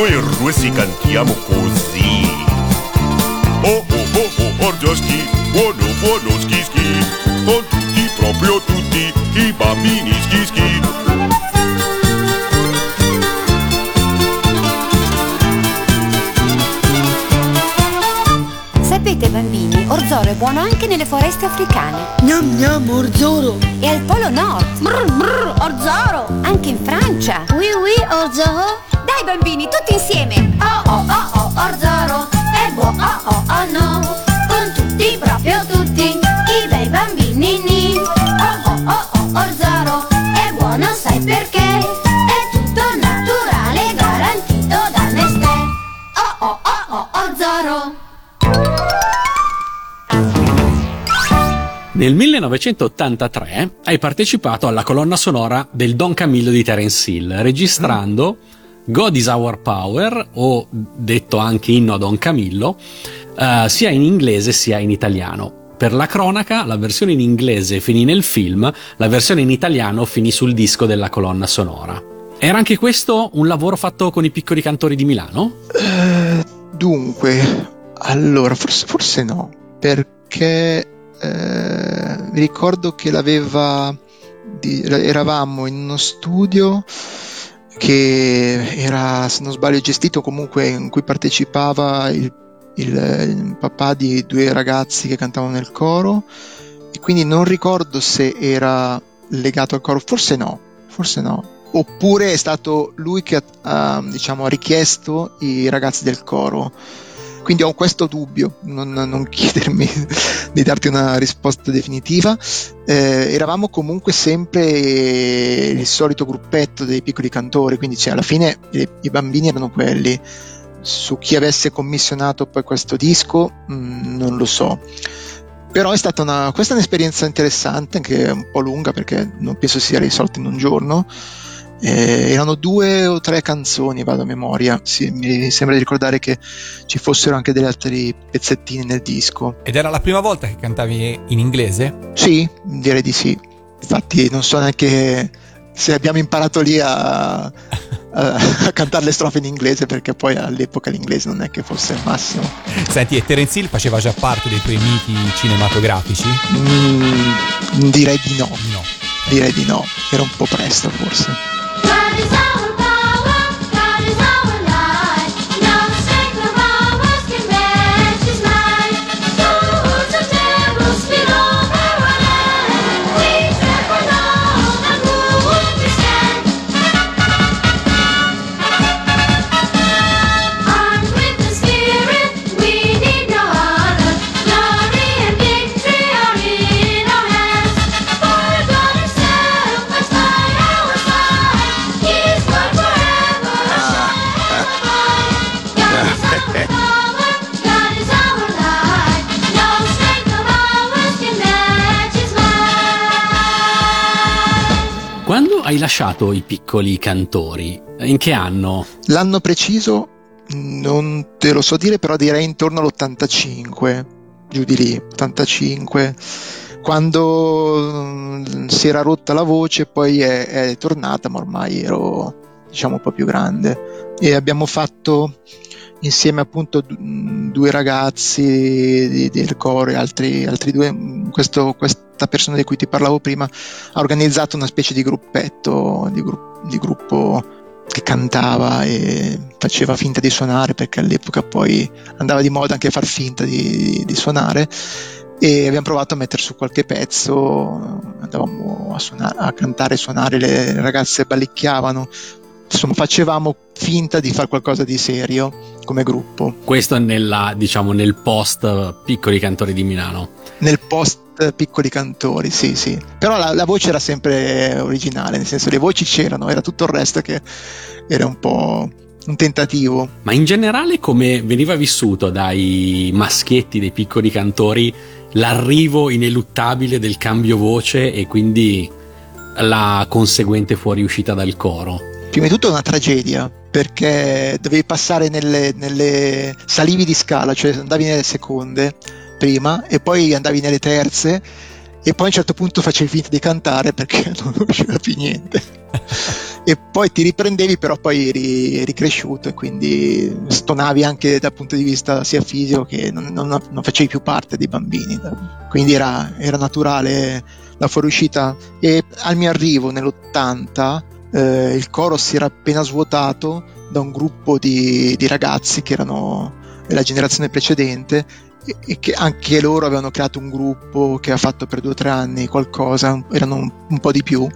noi russi cantiamo così. Oh oh oh oh, Orzoschi, buono buono schi schi, con tutti, proprio tutti, i bambini schi schi. Sapete bambini, Orzoro è buono anche nelle foreste africane. Gnam gnam Orzoro. E al Polo Nord. Brr brr Orzoro. Anche in Francia. Oui oui Orzoro. Dai bambini, tutti insieme. Oh oh oh oh Orzoro è buono oh oh oh no, con tutti proprio tutti i bei bambini ni. Oh oh oh oh Orzoro è buono, sai perché? È tutto naturale, garantito da Nestlé. Oh oh oh oh Orzoro. Nel millenovecentottantatré hai partecipato alla colonna sonora del Don Camillo di Terence Hill, registrando God is Our Power, o detto anche inno a Don Camillo, uh, sia in inglese sia in italiano. Per la cronaca, la versione in inglese finì nel film, la versione in italiano finì sul disco della colonna sonora. Era anche questo un lavoro fatto con i piccoli cantori di Milano? Eh, dunque, allora, forse, forse no, perché eh, mi ricordo che l'aveva, di, eravamo in uno studio che era, se non sbaglio, gestito comunque, in cui partecipava il, il, il papà di due ragazzi che cantavano nel coro, e quindi non ricordo se era legato al coro, forse no, forse no. Oppure è stato lui che ha, diciamo, ha richiesto i ragazzi del coro. Quindi ho questo dubbio, non, non chiedermi di darti una risposta definitiva. Eh, eravamo comunque sempre il solito gruppetto dei piccoli cantori, quindi cioè, alla fine i, i bambini erano quelli. Su chi avesse commissionato poi questo disco, mh, non lo so. Però è stata una, questa è un'esperienza interessante, anche un po' lunga, perché non penso sia risolta in un giorno. Eh, erano due o tre canzoni, vado a memoria, sì, mi sembra di ricordare che ci fossero anche degli altri pezzettini nel disco. Ed era la prima volta che cantavi in inglese? Sì, direi di sì. Infatti non so neanche se abbiamo imparato lì a, a, a cantare le strofe in inglese, perché poi all'epoca l'inglese non è che fosse il massimo. Senti, e Terence Hill faceva già parte dei tuoi miti cinematografici? Mm, direi di no. No. Direi di no, era un po' presto forse. God is our power, God is our light. No strength of ours can match His might. Swords of terror spin over our land. We trample on and move we stand. Armed with the Spirit, we need no other. Glory and victory are in our hands. For God Himself has by our side. His word forever shall abide. God is our power, God is our light. No strength of ours can match His might. Quando hai lasciato i piccoli cantori? In che anno? L'anno preciso non te lo so dire, però direi intorno all'ottantacinque, giù di lì, ottantacinque, quando mm, si era rotta la voce, poi è, è tornata, ma ormai ero, diciamo, un po' più grande, e abbiamo fatto insieme appunto d- due ragazzi di- del coro e altri, altri due, mm, questo, questa persona di cui ti parlavo prima ha organizzato una specie di gruppetto, di, gru- di gruppo che cantava e faceva finta di suonare, perché all'epoca poi andava di moda anche far finta di, di suonare, e abbiamo provato a mettere su qualche pezzo, andavamo a, suonare, a cantare e suonare, le ragazze ballicchiavano, insomma facevamo finta di fare qualcosa di serio come gruppo. Questo nella, diciamo, nel post Piccoli Cantori di Milano. Nel post Piccoli Cantori, sì, sì. Però la, la voce era sempre originale, nel senso le voci c'erano, era tutto il resto che era un po' un tentativo. Ma in generale come veniva vissuto dai maschietti, dei piccoli cantori, l'arrivo ineluttabile del cambio voce e quindi la conseguente fuoriuscita dal coro? Prima di tutto è una tragedia, perché dovevi passare nelle, nelle salivi di scala, cioè andavi nelle seconde prima e poi andavi nelle terze, e poi a un certo punto facevi finta di cantare perché non usciva più niente. e poi ti riprendevi, però poi eri, eri cresciuto e quindi stonavi anche dal punto di vista sia fisico che non, non, non facevi più parte dei bambini, quindi era, era naturale la fuoriuscita. E al mio arrivo nell'ottanta eh, il coro si era appena svuotato da un gruppo di, di ragazzi che erano della generazione precedente e, e che anche loro avevano creato un gruppo che ha fatto per due o tre anni qualcosa, erano un, un po' di più,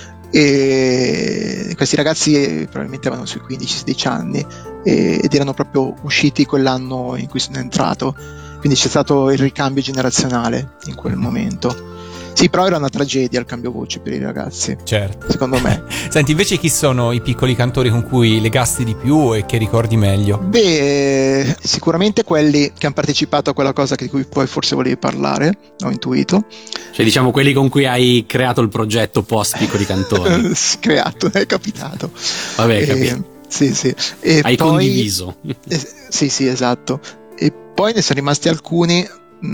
e questi ragazzi probabilmente avevano sui quindici sedici anni e, ed erano proprio usciti quell'anno in cui sono entrato, quindi c'è stato il ricambio generazionale in quel momento. Sì, però era una tragedia il cambio voce per i ragazzi. Certo. Secondo me. Senti, invece chi sono i piccoli cantori con cui legasti di più e che ricordi meglio? Beh, sicuramente quelli che hanno partecipato a quella cosa di cui poi forse volevi parlare, ho intuito. Cioè, diciamo quelli con cui hai creato il progetto post Piccoli Cantori. Creato, è capitato. Vabbè, e, capito. Sì, sì. E hai poi, condiviso. Eh, sì, sì, esatto. E poi ne sono rimasti alcuni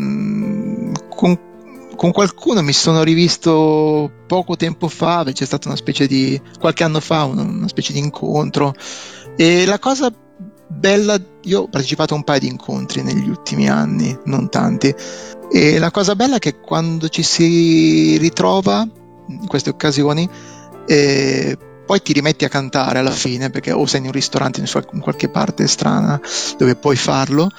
mh, con Con qualcuno mi sono rivisto poco tempo fa, c'è stata una specie di, qualche anno fa, una, una specie di incontro, e la cosa bella, io ho partecipato a un paio di incontri negli ultimi anni, non tanti, e la cosa bella è che quando ci si ritrova in queste occasioni, eh, poi ti rimetti a cantare alla fine, perché o sei in un ristorante in qualche parte strana dove puoi farlo,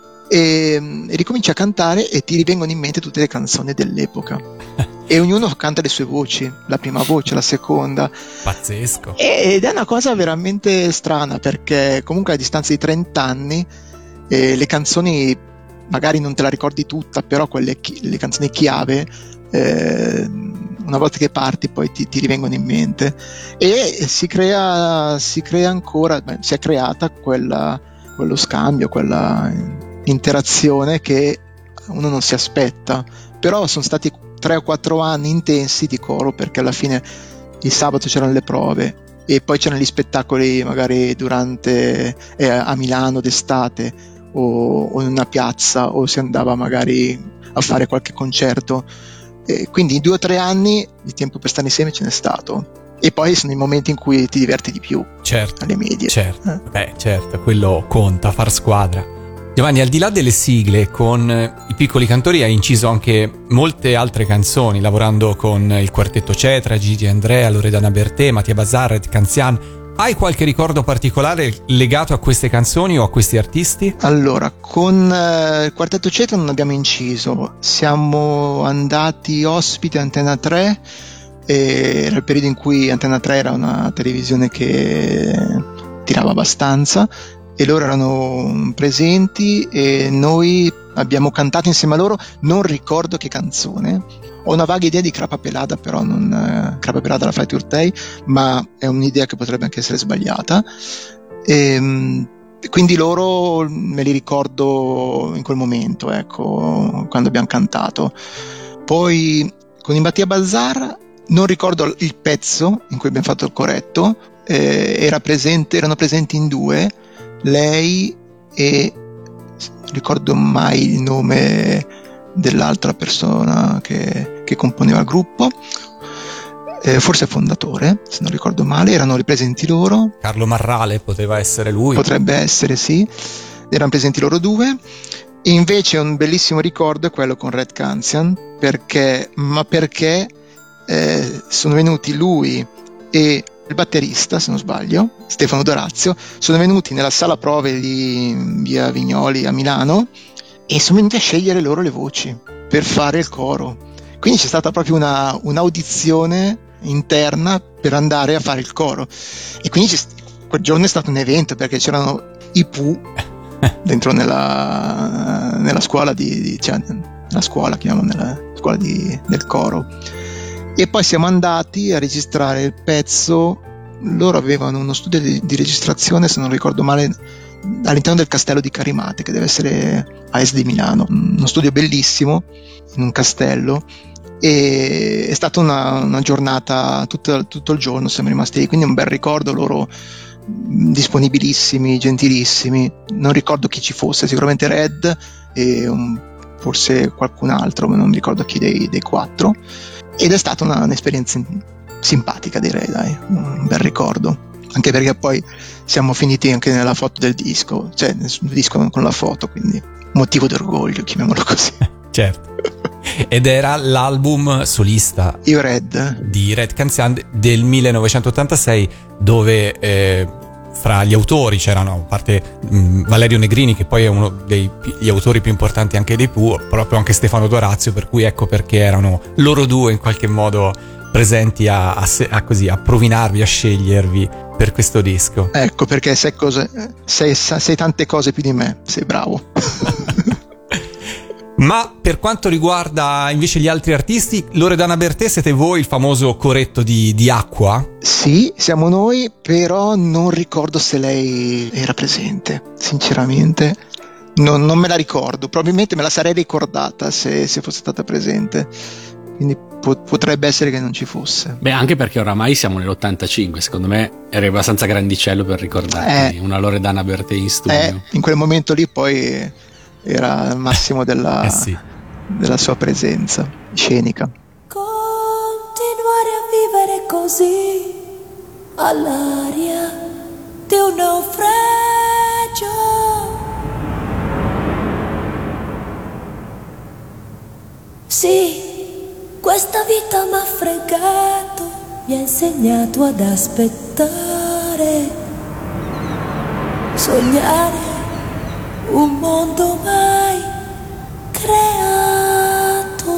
e, e ricominci a cantare e ti rivengono in mente tutte le canzoni dell'epoca e ognuno canta le sue voci, la prima voce, la seconda. Pazzesco. Ed è una cosa veramente strana, perché comunque a distanza di trenta anni eh, le canzoni magari non te la ricordi tutta, però quelle le canzoni chiave eh, una volta che parti poi ti, ti rivengono in mente, e si crea si crea ancora, beh, si è creata quella, quello scambio, quella interazione che uno non si aspetta. Però sono stati tre o quattro anni intensi di coro, perché alla fine il sabato c'erano le prove e poi c'erano gli spettacoli magari durante eh, a Milano d'estate o, o in una piazza, o si andava magari a fare qualche concerto, e quindi in due o tre anni di tempo per stare insieme ce n'è stato, e poi sono i momenti in cui ti diverti di più. Certo, alle medie. Certo, eh. beh, certo, quello conta, far squadra. Giovanni, al di là delle sigle, con i Piccoli Cantori hai inciso anche molte altre canzoni, lavorando con il Quartetto Cetra, Gigi Andrea, Loredana Bertè, Mattia Bazar, Ed Canzian. Hai qualche ricordo particolare legato a queste canzoni o a questi artisti? Allora, con eh, il Quartetto Cetra non abbiamo inciso, siamo andati ospiti a Antena tre, e era il periodo in cui Antena tre era una televisione che tirava abbastanza, e loro erano presenti e noi abbiamo cantato insieme a loro. Non ricordo che canzone, ho una vaga idea di Crapa Pelada, però non eh, Crapa Pelada la Flight Urtei, ma è un'idea che potrebbe anche essere sbagliata, e quindi loro me li ricordo in quel momento, ecco, quando abbiamo cantato. Poi con i Mattia Bazar non ricordo il pezzo in cui abbiamo fatto il corretto, eh, era presente, erano presenti in due, lei e non ricordo mai il nome dell'altra persona che, che componeva il gruppo, eh, forse fondatore se non ricordo male, erano ripresenti loro. Carlo Marrale poteva essere lui, potrebbe essere, sì, erano presenti loro due. E invece un bellissimo ricordo è quello con Red Canzian, perché ma perché eh, sono venuti lui e il batterista, se non sbaglio, Stefano Dorazio, sono venuti nella sala prove di via Vignoli a Milano e sono venuti a scegliere loro le voci per fare il coro. Quindi c'è stata proprio una, un'audizione interna per andare a fare il coro, e quindi quel giorno è stato un evento, perché c'erano i Pooh dentro nella, nella scuola di, di cioè nella scuola, chiamiamo nella scuola di, del coro. E poi siamo andati a registrare il pezzo. Loro avevano uno studio di, di registrazione, se non ricordo male, all'interno del castello di Carimate, che deve essere a est di Milano, uno studio bellissimo in un castello, e è stata una, una giornata tutto, tutto il giorno siamo rimasti lì, quindi un bel ricordo. Loro disponibilissimi, gentilissimi, non ricordo chi ci fosse, sicuramente Red e un, forse qualcun altro, ma non ricordo chi dei, dei quattro. Ed è stata una, un'esperienza simpatica, direi, dai, un bel ricordo. Anche perché poi siamo finiti anche nella foto del disco, cioè nel disco con la foto, quindi motivo d'orgoglio, chiamiamolo così. Certo. Ed era l'album solista Io Red di Red Canzian del millenovecentottantasei, dove eh, fra gli autori c'erano, a parte mh, Valerio Negrini, che poi è uno degli autori più importanti anche dei Pooh, proprio anche Stefano Dorazio, per cui ecco perché erano loro due in qualche modo presenti a, a, a così a provinarvi, a scegliervi per questo disco. Ecco perché sai cose, sei, sei tante cose più di me, sei bravo. Ma per quanto riguarda invece gli altri artisti, Loredana Bertè, siete voi il famoso coretto di, di Acqua? Sì, siamo noi, però non ricordo se lei era presente, sinceramente. Non, non me la ricordo, probabilmente me la sarei ricordata se, se fosse stata presente. Quindi po- potrebbe essere che non ci fosse. Beh, anche perché oramai siamo nell'ottantacinque, secondo me eri abbastanza grandicello per ricordarti eh, una Loredana Bertè in studio. Eh, in quel momento lì poi era al massimo della, eh sì. della sua presenza scenica. Continuare a vivere così all'aria di un naufragio. Sì, questa vita m'ha fregato, mi ha insegnato ad aspettare, sognare un mondo mai creato.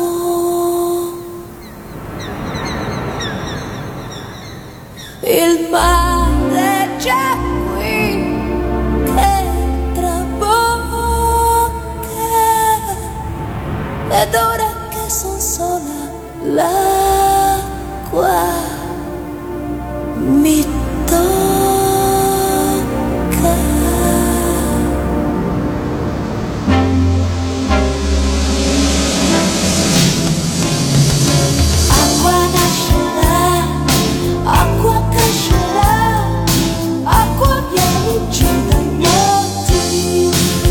Il mare è già qui che trabocca, ed ora che son sola l'acqua mi tocca. Acqua nascerà, acqua crescerà, acqua viene giù dai monti,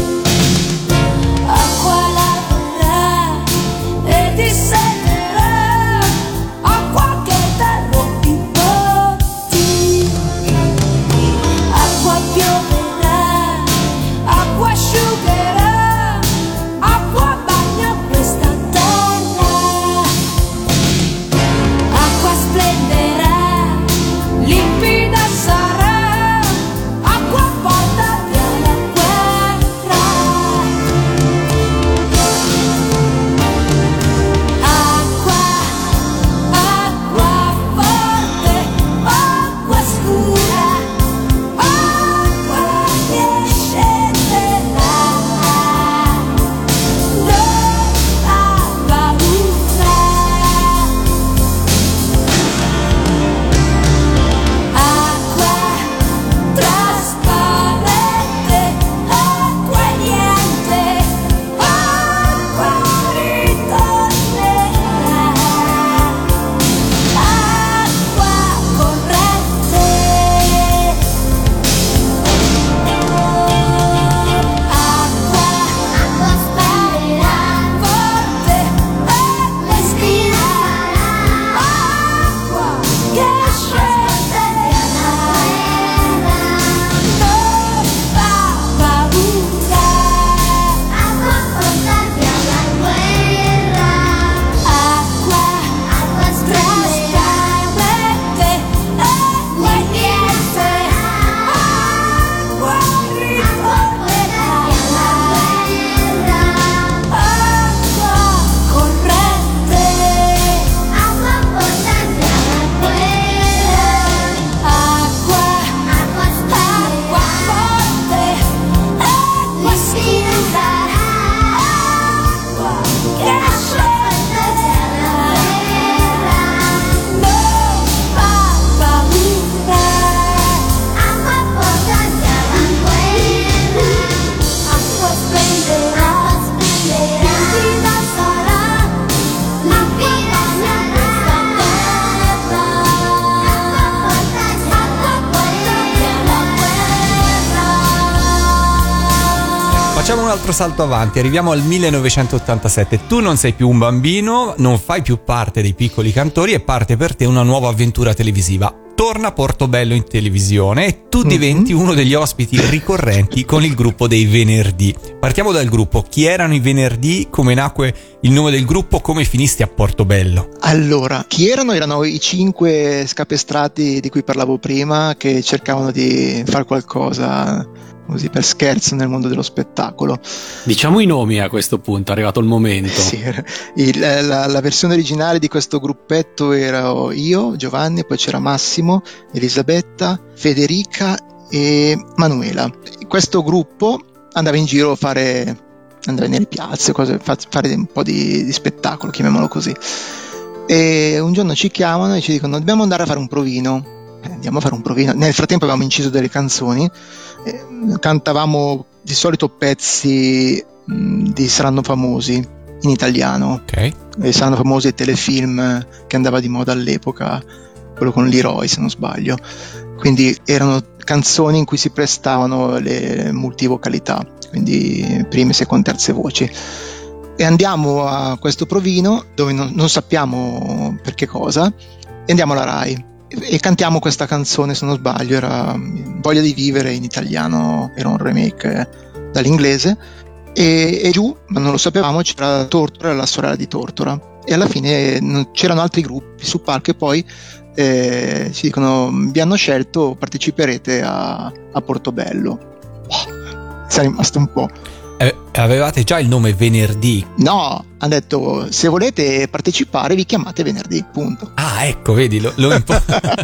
acqua lavorerà e disseterà, acqua che dà Facciamo un altro salto avanti, arriviamo al millenovecentottantasette. Tu non sei più un bambino, non fai più parte dei Piccoli Cantori e parte per te una nuova avventura televisiva. Torna Portobello in televisione e tu diventi uno degli ospiti ricorrenti con il gruppo dei Venerdì. Partiamo dal gruppo. Chi erano i Venerdì? Come nacque il nome del gruppo? Come finisti a Portobello? Allora, chi erano? Erano i cinque scapestrati di cui parlavo prima, che cercavano di fare qualcosa così per scherzo nel mondo dello spettacolo. Diciamo i nomi a questo punto, è arrivato il momento. Sì, il, la, la versione originale di questo gruppetto ero io, Giovanni, poi c'era Massimo, Elisabetta, Federica e Manuela. Questo gruppo andava in giro a fare, andava nelle piazze, cose, fare un po' di, di spettacolo, chiamiamolo così. E un giorno ci chiamano e ci dicono: dobbiamo andare a fare un provino. Eh, andiamo a fare un provino. Nel frattempo avevamo inciso delle canzoni, eh, cantavamo di solito pezzi mh, di Saranno Famosi in italiano. Ok. E Saranno Famosi il telefilm che andava di moda all'epoca, quello con Leroy se non sbaglio. Quindi erano canzoni in cui si prestavano le multivocalità, quindi prime, seconde, terze voci. E andiamo a questo provino dove non, non sappiamo per che cosa, e andiamo alla Rai e cantiamo questa canzone, se non sbaglio era Voglia di vivere in italiano, era un remake dall'inglese, e, e giù, ma non lo sapevamo, c'era Tortora, la sorella di Tortora, e alla fine non, c'erano altri gruppi sul palco e poi eh, ci dicono: vi hanno scelto, parteciperete a, a Portobello. Wow, sei rimasto un po'. Eh, avevate già il nome Venerdì? No, hanno detto: se volete partecipare vi chiamate Venerdì, punto. Ah, ecco, vedi, lo, lo impo-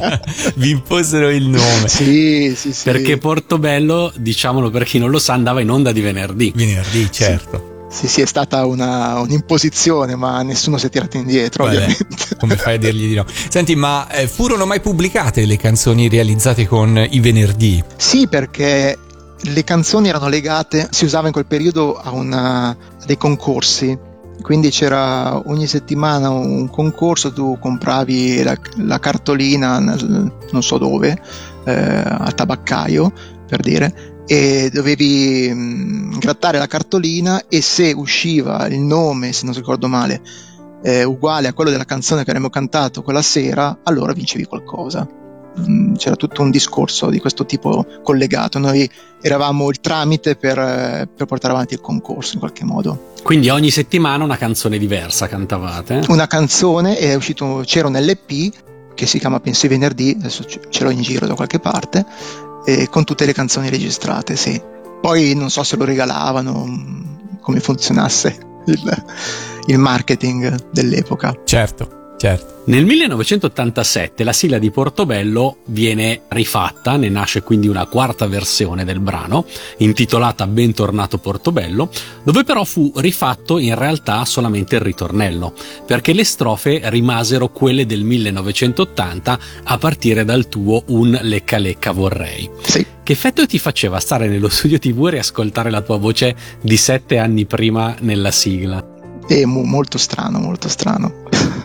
vi imposero il nome. Sì, sì, sì. Perché Portobello, diciamolo per chi non lo sa, andava in onda di venerdì. Venerdì, certo. Sì, sì, è stata una, un'imposizione, ma nessuno si è tirato indietro, Vabbè, ovviamente. come fai a dirgli di no? Senti, ma eh, furono mai pubblicate le canzoni realizzate con i Venerdì? Sì, perché le canzoni erano legate, si usava in quel periodo a, una, a dei concorsi, quindi c'era ogni settimana un concorso, tu compravi la, la cartolina nel, non so dove, eh, al tabaccaio per dire, e dovevi mh, grattare la cartolina, e se usciva il nome, se non ricordo male, eh, uguale a quello della canzone che avremmo cantato quella sera, allora vincevi qualcosa. C'era tutto un discorso di questo tipo collegato, noi eravamo il tramite per, per portare avanti il concorso in qualche modo. Quindi ogni settimana una canzone diversa cantavate? Una canzone, è uscito, c'era un L P che si chiama Penso i Venerdì, adesso ce l'ho in giro da qualche parte, e con tutte le canzoni registrate, sì. Poi non so se lo regalavano, come funzionasse il, il marketing dell'epoca. Certo, certo. Nel millenovecentottantasette la sigla di Portobello viene rifatta, ne nasce quindi una quarta versione del brano, intitolata Bentornato Portobello, dove però fu rifatto in realtà solamente il ritornello, perché le strofe rimasero quelle del millenovecentottanta a partire dal tuo Un lecca lecca vorrei. Sì. Che effetto ti faceva stare nello studio tivù e riascoltare la tua voce di sette anni prima nella sigla? È mo- molto strano, molto strano.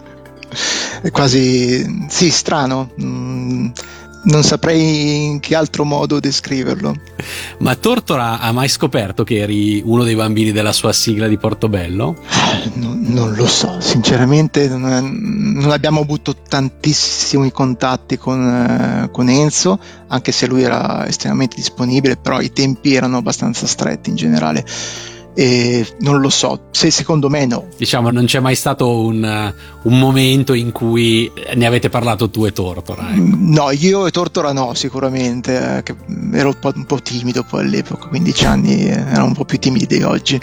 È quasi, sì, strano, mm, non saprei in che altro modo descriverlo. Ma Tortora ha mai scoperto che eri uno dei bambini della sua sigla di Portobello? Non, non lo so, sinceramente non, non abbiamo avuto tantissimi contatti con, eh, con Enzo, anche se lui era estremamente disponibile, però i tempi erano abbastanza stretti in generale. E non lo so, se secondo me no. Diciamo, non c'è mai stato un, un momento in cui ne avete parlato tu e Tortora, ecco. No, io e Tortora no, sicuramente, eh, che ero un po', un po' timido poi all'epoca, quindici anni, eh, ero un po' più timido di oggi,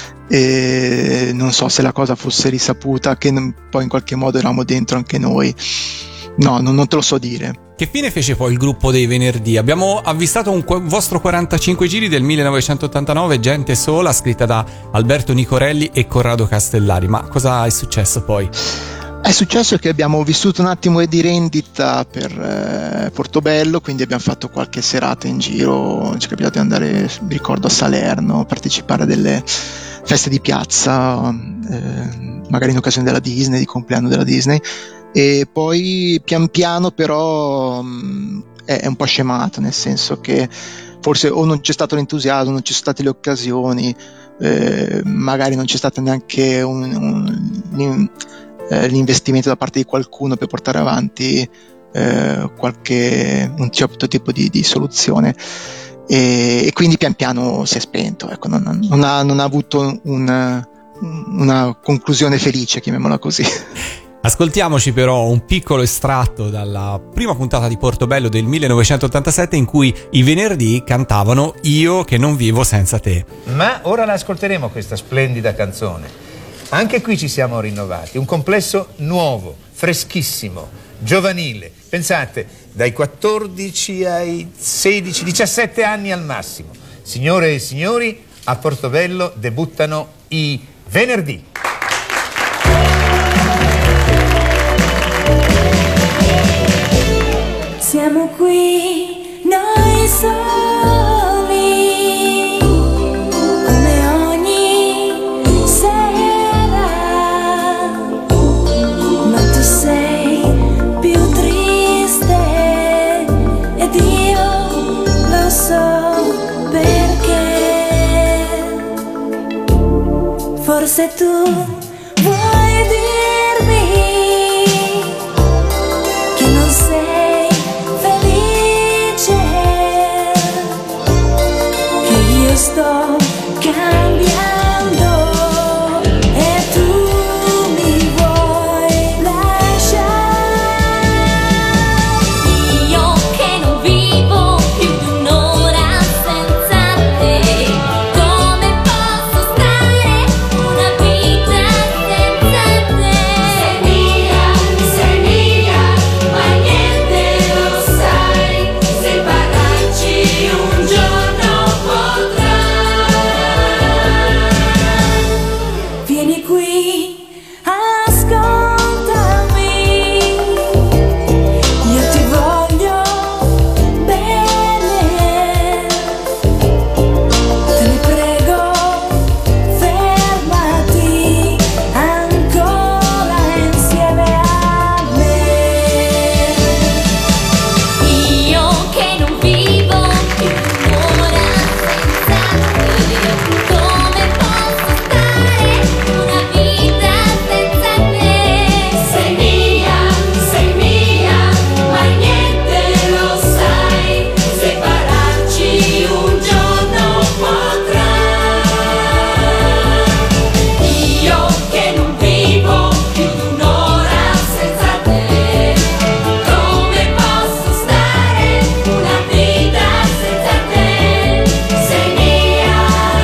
e non so se la cosa fosse risaputa, che non, poi in qualche modo eravamo dentro anche noi. No, non, non te lo so dire. Che fine fece poi il gruppo dei Venerdì? Abbiamo avvistato un qu- vostro quarantacinque giri del millenovecentottantanove, Gente sola, scritta da Alberto Nicorelli e Corrado Castellari. Ma cosa è successo poi? È successo che abbiamo vissuto un attimo di rendita per eh, Portobello, quindi abbiamo fatto qualche serata in giro, ci è capitato di andare, mi ricordo, a Salerno, partecipare a delle feste di piazza, eh, magari in occasione della Disney, di compleanno della Disney. E poi pian piano però mh, è, è un po' scemato, nel senso che forse o non c'è stato l'entusiasmo, non ci sono state le occasioni, eh, magari non c'è stato neanche un, un, eh, l'investimento da parte di qualcuno per portare avanti eh, qualche un certo tipo di, di soluzione, e, e quindi pian piano si è spento, ecco, non, non, ha, non ha avuto un, una conclusione felice, chiamiamola così. Ascoltiamoci però un piccolo estratto dalla prima puntata di Portobello del millenovecentottantasette, in cui i venerdì cantavano Io che non vivo senza te. Ma ora la ascolteremo questa splendida canzone. Anche qui ci siamo rinnovati, un complesso nuovo, freschissimo, giovanile. Pensate, dai quattordici ai sedici diciassette anni al massimo. Signore e signori, a Portobello debuttano i Venerdì. Siamo qui noi soli, come ogni sera, ma tu sei più triste ed io lo so perché. Forse tu vuoi dirmi che non sei felice, che io sto cambiando e tu mi vuoi lasciare. Io che non vivo più di un'ora senza te, come posso stare una vita senza te? Sei mia, sei mia, ma niente lo sai, separarci un giorno potrà. Vieni qui, ascoltami, io ti voglio bene, te ne prego, fermati ancora insieme a me. Io che non vivo più un'ora senza te, come posso stare una vita senza te? Sei mia, sei mia, ma niente lo sai, separarci un giorno potrà. Io che non vivo più di un'ora senza te, come posso stare una vita senza te? Sei mia,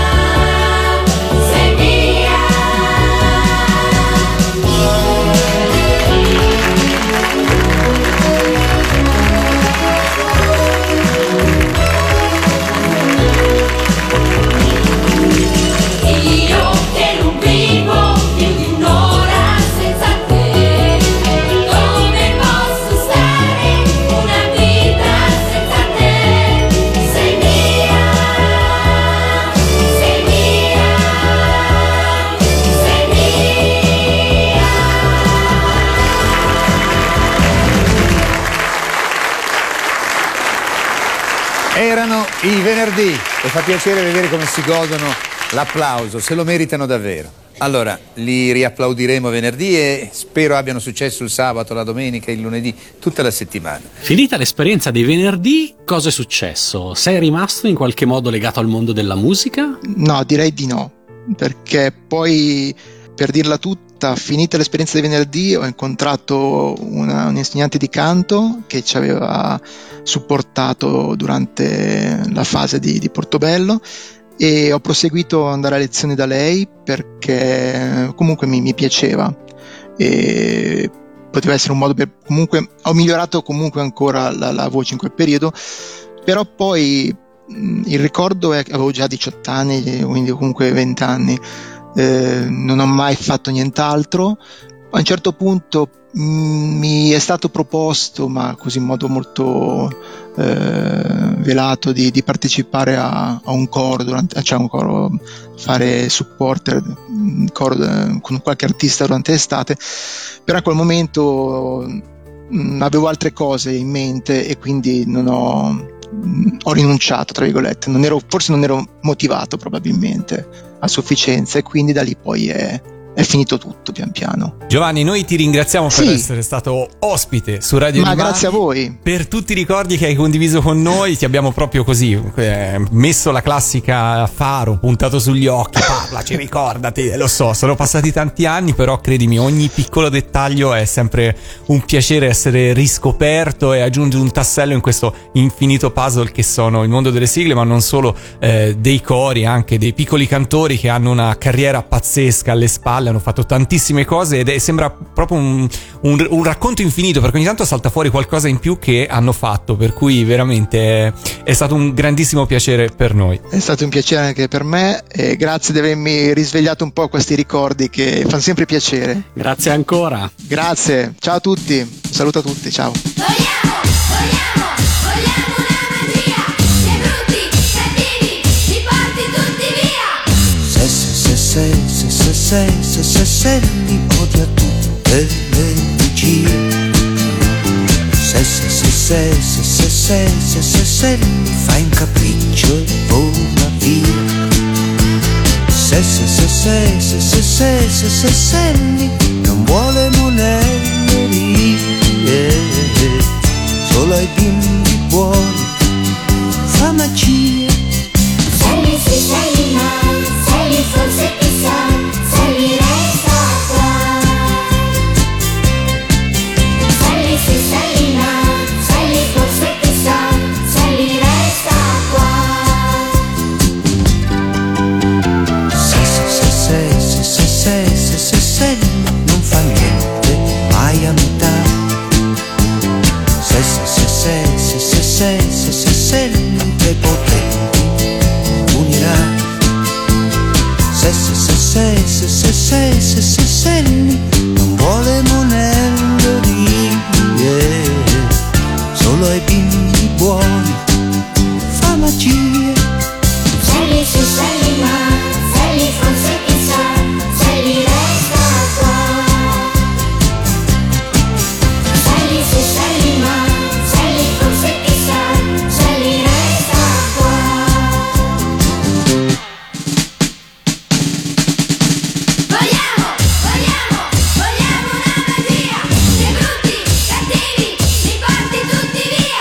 sei mia. Io che non vivo più di un'ora senza te, come posso stare una vita senza te? Sei mia, sei mia, sei mia. Erano i Venerdì e fa piacere vedere come si godono l'applauso, se lo meritano davvero. Allora, li riapplaudiremo venerdì e spero abbiano successo il sabato, la domenica, il lunedì, tutta la settimana. Finita l'esperienza dei venerdì, cosa è successo? Sei rimasto in qualche modo legato al mondo della musica? No, direi di no, perché poi, per dirla tutta, finita l'esperienza dei venerdì ho incontrato una, un insegnante di canto che ci aveva supportato durante la fase di, di Portobello, e ho proseguito ad andare a lezioni da lei perché comunque mi, mi piaceva e poteva essere un modo per, comunque ho migliorato comunque ancora la, la voce in quel periodo. Però poi mh, il ricordo è che avevo già diciotto anni, quindi comunque venti anni, eh, non ho mai fatto nient'altro. A un certo punto mh, mi è stato proposto, ma così in modo molto eh, velato, di, di partecipare a, a un coro, durante, cioè un coro, fare supporter un coro eh, con qualche artista durante l'estate. Però a quel momento mh, avevo altre cose in mente e quindi non ho mh, ho rinunciato, tra virgolette, non ero, forse non ero motivato probabilmente a sufficienza, e quindi da lì poi è, è finito tutto pian piano. Giovanni, noi ti ringraziamo Sì. per essere stato ospite su Radio Ma Animati. grazie a voi. Per tutti i ricordi che hai condiviso con noi, ti abbiamo proprio così eh, messo la classica faro puntato sugli occhi. Parlaci, ricordati. Lo so, sono passati tanti anni, però credimi, ogni piccolo dettaglio è sempre un piacere essere riscoperto e aggiungere un tassello in questo infinito puzzle che sono il mondo delle sigle, ma non solo, eh, dei cori, anche dei piccoli cantori che hanno una carriera pazzesca alle spalle, hanno fatto tantissime cose ed è, sembra proprio un, un, un racconto infinito, perché ogni tanto salta fuori qualcosa in più che hanno fatto, per cui veramente è, è stato un grandissimo piacere per noi. È stato un piacere anche per me, e grazie di avermi risvegliato un po' questi ricordi che fanno sempre piacere. Grazie ancora. Grazie, ciao a tutti, un saluto a tutti, ciao. Se se se se se se se se se se li odia tutte le bugie. Se se se se se se se se se se li fai un capriccio e vola via. Se se se se se se se se se se li non vuole monellerie, solo ai bimbi buoni fa magia. Sally sì, Sally no, Sally forse chissà, Sally resta qua. Sally sì, Sally no, Sally forse chissà, Sally resta qua. Se se se se se se se se se se non fa niente mai a metà. Se se se se se se se se se se dei potenti unirà. Se se se se se se se se se se non vuole monellerie, solo ai bimbi buoni fa magia. Sally sì, Sally no, Sally forse chissà, Sally resta qua. Sally sì, Sally no, Sally forse chissà, Sally resta qua. Vogliamo, vogliamo, vogliamo una magia, che brutti, cattivi, li porti tutti via.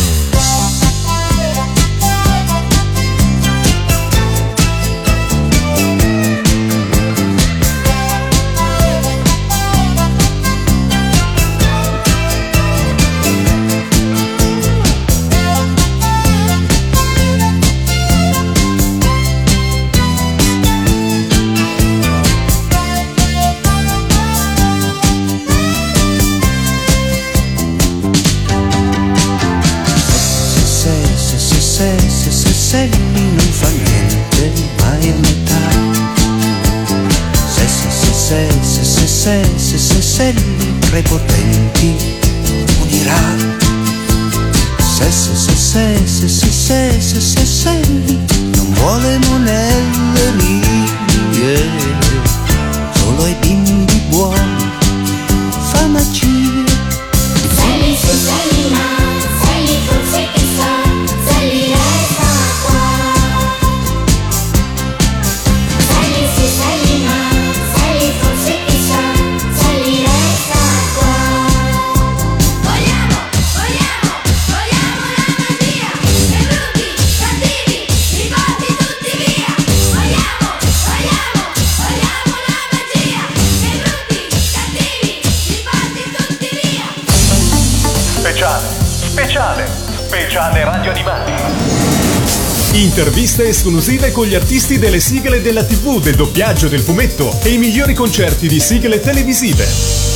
Se se se se se se se non fa niente mai a metà. Se se se se se se se se se se tra i potenti unirà. Se se se se se se se se se se non vuole monellerie, solo ai bimbi buoni fa magia. Sally sì, Sally no, Sally forse chissà, Sally resta qua. Sally sì, Sally no, Sally forse chissà, Sally resta qua. Vogliamo, vogliamo, vogliamo una magia, che brutti, cattivi, li porti tutti via. Vogliamo, vogliamo, vogliamo una magia, che brutti, cattivi, li porti tutti via. Speciale, speciale, speciale Radio Animati. Interviste esclusive con gli artisti delle sigle della tivù, del doppiaggio, del fumetto e i migliori concerti di sigle televisive.